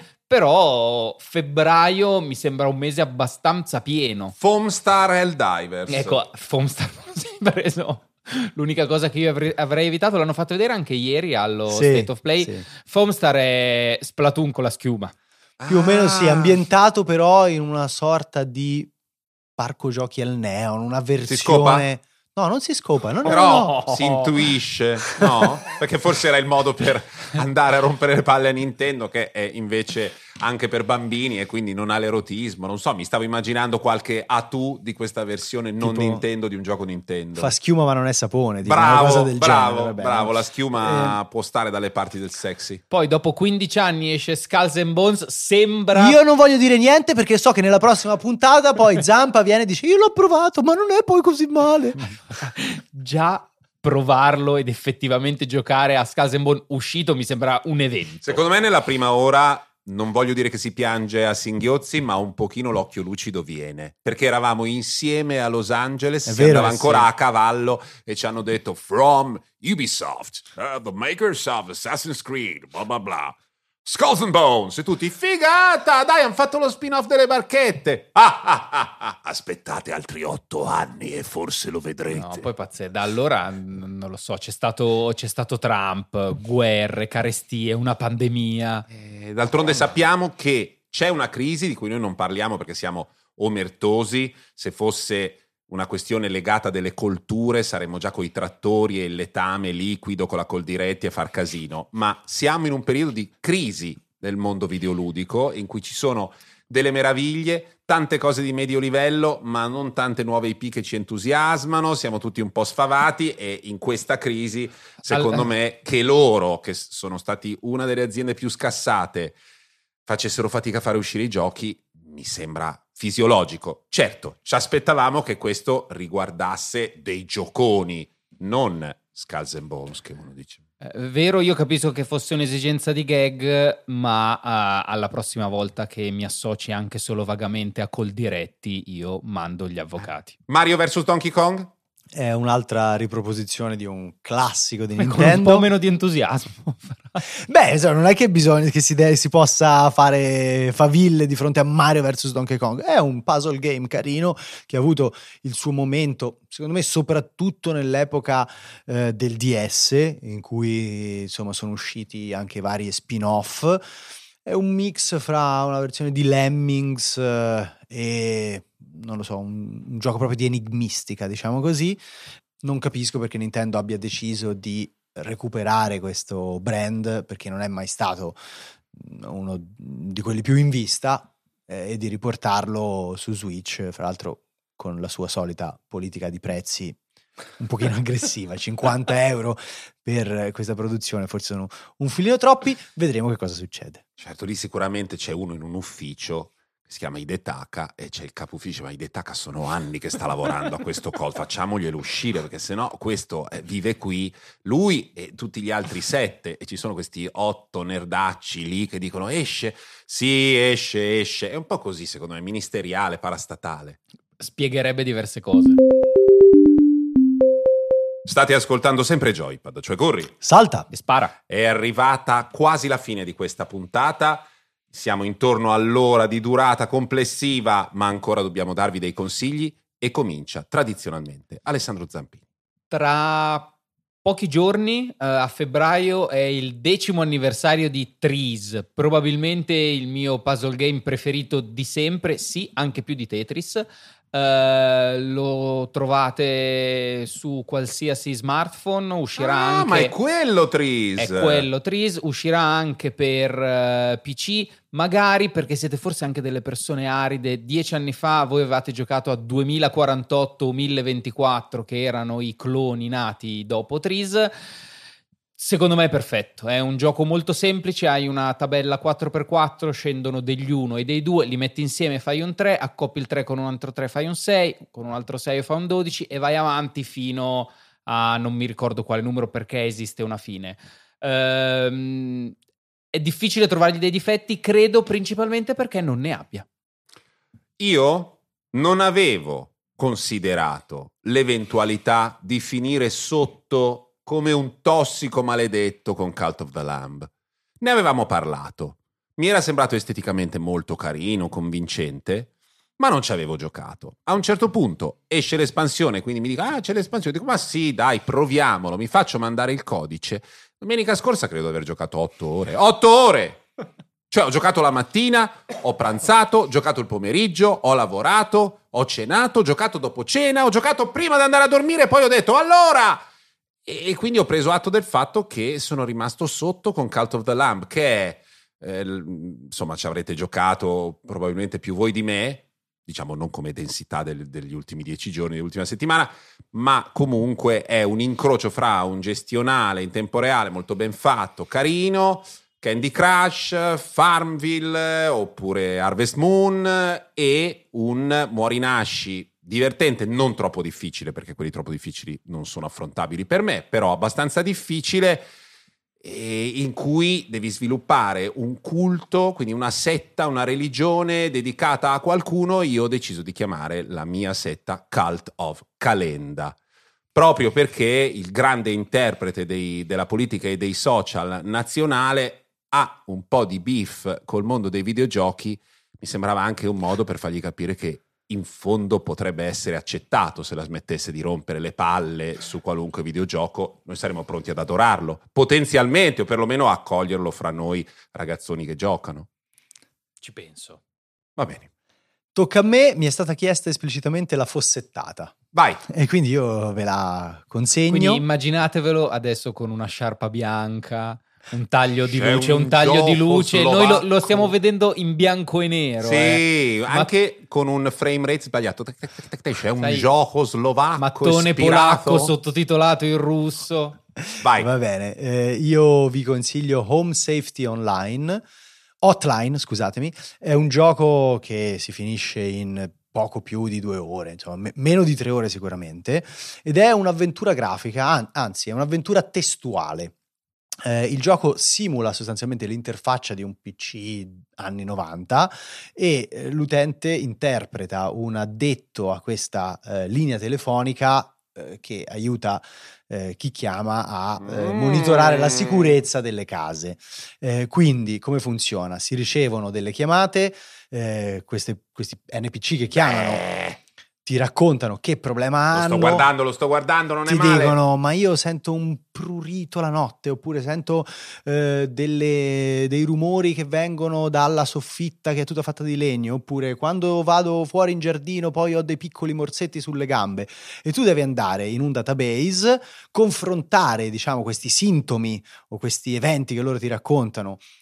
però febbraio mi sembra un mese abbastanza pieno. Foamstar Helldivers. Ecco, Foamstar non si è preso. L'unica cosa che io avrei, avrei evitato, l'hanno fatto vedere anche ieri allo Sì, State of Play. sì. Foamstar è Splatoon con la schiuma. Più o meno sì, Ah. ambientato però in una sorta di parco giochi al neon, una versione... No, non si scopa, no, no, Però no. si intuisce, no? Perché forse era il modo per andare a rompere le palle a Nintendo, che è invece anche per bambini e quindi non ha l'erotismo. Non so, mi stavo immaginando qualche atu di questa versione non Tipo, Nintendo di un gioco Nintendo. Fa schiuma ma non è sapone, tipo, una cosa Bravo, del bravo, genere. vabbè, bravo. no? La schiuma Eh, può stare dalle parti del sexy. Poi dopo quindici anni esce Skulls and Bones, sembra... Io non voglio dire niente perché so che nella prossima puntata poi Zampa viene e dice io l'ho provato ma non è poi così male. Già provarlo ed effettivamente giocare a Skulls and Bones uscito mi sembra un evento. Secondo me nella prima ora non voglio dire che si piange a singhiozzi, ma un pochino l'occhio lucido viene, perché eravamo insieme a Los Angeles, È si vero, andava eh, ancora sì. a cavallo e ci hanno detto from Ubisoft, uh, the makers of Assassin's Creed, bla bla bla. Skulls and Bones e tutti figata, dai, hanno fatto lo spin-off delle barchette. Ah, ah, ah, ah. Aspettate altri otto anni e forse lo vedrete. No, poi pazzesco. Da allora n- non lo so, c'è stato, c'è stato Trump, guerre, carestie, una pandemia. Eh, d'altronde sappiamo che c'è una crisi di cui noi non parliamo perché siamo omertosi. Se fosse una questione legata delle colture saremmo già coi trattori e il letame liquido con la Coldiretti a far casino, ma siamo in un periodo di crisi del mondo videoludico in cui ci sono delle meraviglie, tante cose di medio livello, ma non tante nuove I P che ci entusiasmano, siamo tutti un po' sfavati e in questa crisi, secondo Al- me, che loro, che sono stati una delle aziende più scassate, facessero fatica a fare uscire i giochi, mi sembra fisiologico. Certo, ci aspettavamo che questo riguardasse dei gioconi, non Skulls and Bones, che uno dice. Eh, vero, io capisco che fosse un'esigenza di gag, ma eh, alla prossima volta che mi associ anche solo vagamente a Coldiretti, io mando gli avvocati. Mario versus Donkey Kong? È un'altra riproposizione di un classico di Con un Nintendo. po' meno di entusiasmo. Beh, insomma, non è che bisogna che si, de- si possa fare faville di fronte a Mario versus Donkey Kong. È un puzzle game carino che ha avuto il suo momento, secondo me, soprattutto nell'epoca eh, del D S, in cui insomma sono usciti anche vari spin-off. È un mix fra una versione di Lemmings eh, e non lo so, un, un gioco proprio di enigmistica, diciamo così. Non capisco perché Nintendo abbia deciso di recuperare questo brand, perché non è mai stato uno di quelli più in vista, eh, e di riportarlo su Switch. Fra l'altro con la sua solita politica di prezzi un pochino aggressiva, cinquanta euro per questa produzione forse sono un filino troppi, vedremo che cosa succede. Certo, lì sicuramente c'è uno in un ufficio che si chiama Hidetaka e c'è il capo ufficio, ma Hidetaka sono anni che sta lavorando a questo call, facciamoglielo uscire perché sennò questo eh, vive qui, lui e tutti gli altri sette, e ci sono questi otto nerdacci lì che dicono esce, sì esce, esce, è un po' così secondo me, ministeriale, parastatale. Spiegherebbe diverse cose. State ascoltando sempre Joypad, cioè corri, salta e spara. È arrivata quasi la fine di questa puntata, siamo intorno all'ora di durata complessiva, ma ancora dobbiamo darvi dei consigli e comincia tradizionalmente Alessandro Zampini. Tra pochi giorni, eh, a febbraio, è il decimo anniversario di Trees, probabilmente il mio puzzle game preferito di sempre, sì, anche più di Tetris. Uh, lo trovate su qualsiasi smartphone, uscirà ah, anche... ma è quello Trees! È quello Trees, uscirà anche per uh, P C, magari perché siete forse anche delle persone aride. Dieci anni fa voi avevate giocato a duemilaquarantotto o mille ventiquattro, che erano i cloni nati dopo Trees. Secondo me è perfetto, è un gioco molto semplice, hai una tabella quattro per quattro, scendono degli uno e dei due, li metti insieme, fai un tre, accoppi il tre con un altro tre, fai un sei, con un altro sei fai un dodici e vai avanti fino a non mi ricordo quale numero perché esiste una fine. Ehm, è difficile trovargli dei difetti, credo principalmente perché non ne abbia. Io non avevo considerato l'eventualità di finire sotto come un tossico maledetto con Cult of the Lamb. Ne avevamo parlato. Mi era sembrato esteticamente molto carino, convincente, ma non ci avevo giocato. A un certo punto esce l'espansione, quindi mi dico, ah, c'è l'espansione. Dico, ma sì, dai, proviamolo. Mi faccio mandare il codice. Domenica scorsa credo di aver giocato otto ore. Otto ore! Cioè, ho giocato la mattina, ho pranzato, ho giocato il pomeriggio, ho lavorato, ho cenato, ho giocato dopo cena, ho giocato prima di andare a dormire, poi ho detto, allora... E quindi ho preso atto del fatto che sono rimasto sotto con Cult of the Lamb, che è, eh, insomma, ci avrete giocato probabilmente più voi di me, diciamo non come densità del, degli ultimi dieci giorni, dell'ultima settimana, ma comunque è un incrocio fra un gestionale in tempo reale molto ben fatto, carino, Candy Crush, Farmville oppure Harvest Moon e un Muori Nasci divertente, non troppo difficile perché quelli troppo difficili non sono affrontabili per me, però abbastanza difficile, e in cui devi sviluppare un culto, quindi una setta, una religione dedicata a qualcuno. Io ho deciso di chiamare la mia setta Cult of Calenda, proprio perché il grande interprete dei, della politica e dei social nazionale ha un po' di beef col mondo dei videogiochi. Mi sembrava anche un modo per fargli capire che in fondo potrebbe essere accettato se la smettesse di rompere le palle su qualunque videogioco. Noi saremmo pronti ad adorarlo, potenzialmente, o perlomeno a accoglierlo fra noi ragazzoni che giocano. Ci penso. Va bene. Tocca a me, mi è stata chiesta esplicitamente la fossettata. Vai. E quindi io ve la consegno. Quindi immaginatevelo adesso con una sciarpa bianca, un taglio di C'è luce, un un taglio di gioco luce. slovacco. Noi lo, lo stiamo vedendo in bianco e nero. Sì, eh. anche Ma... con un frame rate sbagliato. C'è un Sai, gioco slovacco mattone ispirato... polacco sottotitolato in russo. Vai. Va bene, eh, io vi consiglio Home Safety Online, Hotline, scusatemi. È un gioco che si finisce in poco più di due ore, insomma, me- meno di tre ore sicuramente, ed è un'avventura grafica, an- anzi è un'avventura testuale. Eh, il gioco simula sostanzialmente l'interfaccia di un P C anni novanta e eh, l'utente interpreta un addetto a questa eh, linea telefonica eh, che aiuta eh, chi chiama a eh, monitorare la sicurezza delle case. Eh, quindi come funziona? Si ricevono delle chiamate, eh, queste, questi N P C che chiamano Beh. ti raccontano che problema hanno. Lo sto guardando, lo sto guardando, non ti è male. Ti dicono, ma io sento un prurito la notte, oppure sento eh, delle, dei rumori che vengono dalla soffitta che è tutta fatta di legno, oppure quando vado fuori in giardino poi ho dei piccoli morsetti sulle gambe. E tu devi andare in un database, confrontare, diciamo, questi sintomi o questi eventi che loro ti raccontano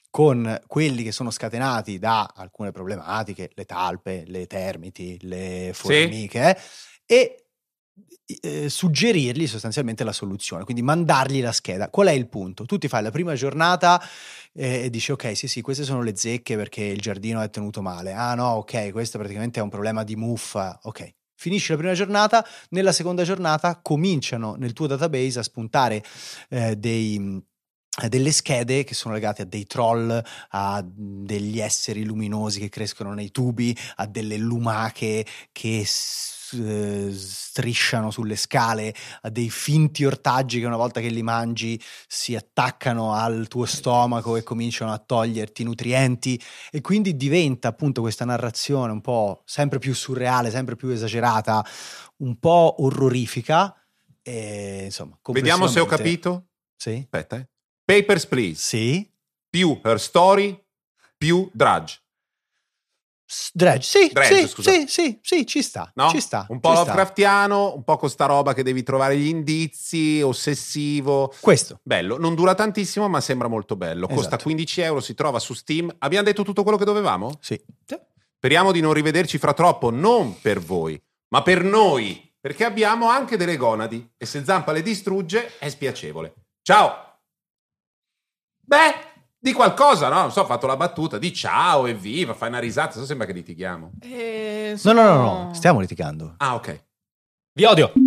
con quelli che sono scatenati da alcune problematiche, le talpe, le termiti, le formiche, sì. e eh, suggerirgli sostanzialmente la soluzione, quindi mandargli la scheda. Qual è il punto? Tu ti fai la prima giornata eh, e dici ok, sì sì, queste sono le zecche perché il giardino è tenuto male. Ah no, ok, questo praticamente è un problema di muffa. Ok. Finisci la prima giornata, nella seconda giornata cominciano nel tuo database a spuntare eh, dei, delle schede che sono legate a dei troll, a degli esseri luminosi che crescono nei tubi, a delle lumache che s- strisciano sulle scale, a dei finti ortaggi che una volta che li mangi si attaccano al tuo stomaco e cominciano a toglierti nutrienti, e quindi diventa appunto questa narrazione un po' sempre più surreale, sempre più esagerata, un po' orrorifica. E, insomma, vediamo se ho complessivamente- capito. Sì. Aspetta, eh. Papers, Please. Sì. Più Her Story, più Drudge. S- Dredge, sì, Dredge, sì, scusa. sì, sì, sì, ci sta, No? ci sta. Un po' ci sta. Lovecraftiano, un po' con sta roba che devi trovare gli indizi, ossessivo. Questo. Bello, non dura tantissimo, ma sembra molto bello. Costa Esatto. quindici euro, si trova su Steam. Abbiamo detto tutto quello che dovevamo? Sì. Speriamo di non rivederci fra troppo, non per voi, ma per noi, perché abbiamo anche delle gonadi e se Zampa le distrugge è spiacevole. Ciao! Beh, di qualcosa, no? Non so, ho fatto la battuta, di ciao, evviva, fai una risata, so sembra che litighiamo. Eh, No, no, no, sono- no, stiamo litigando. Ah, ok. Vi odio.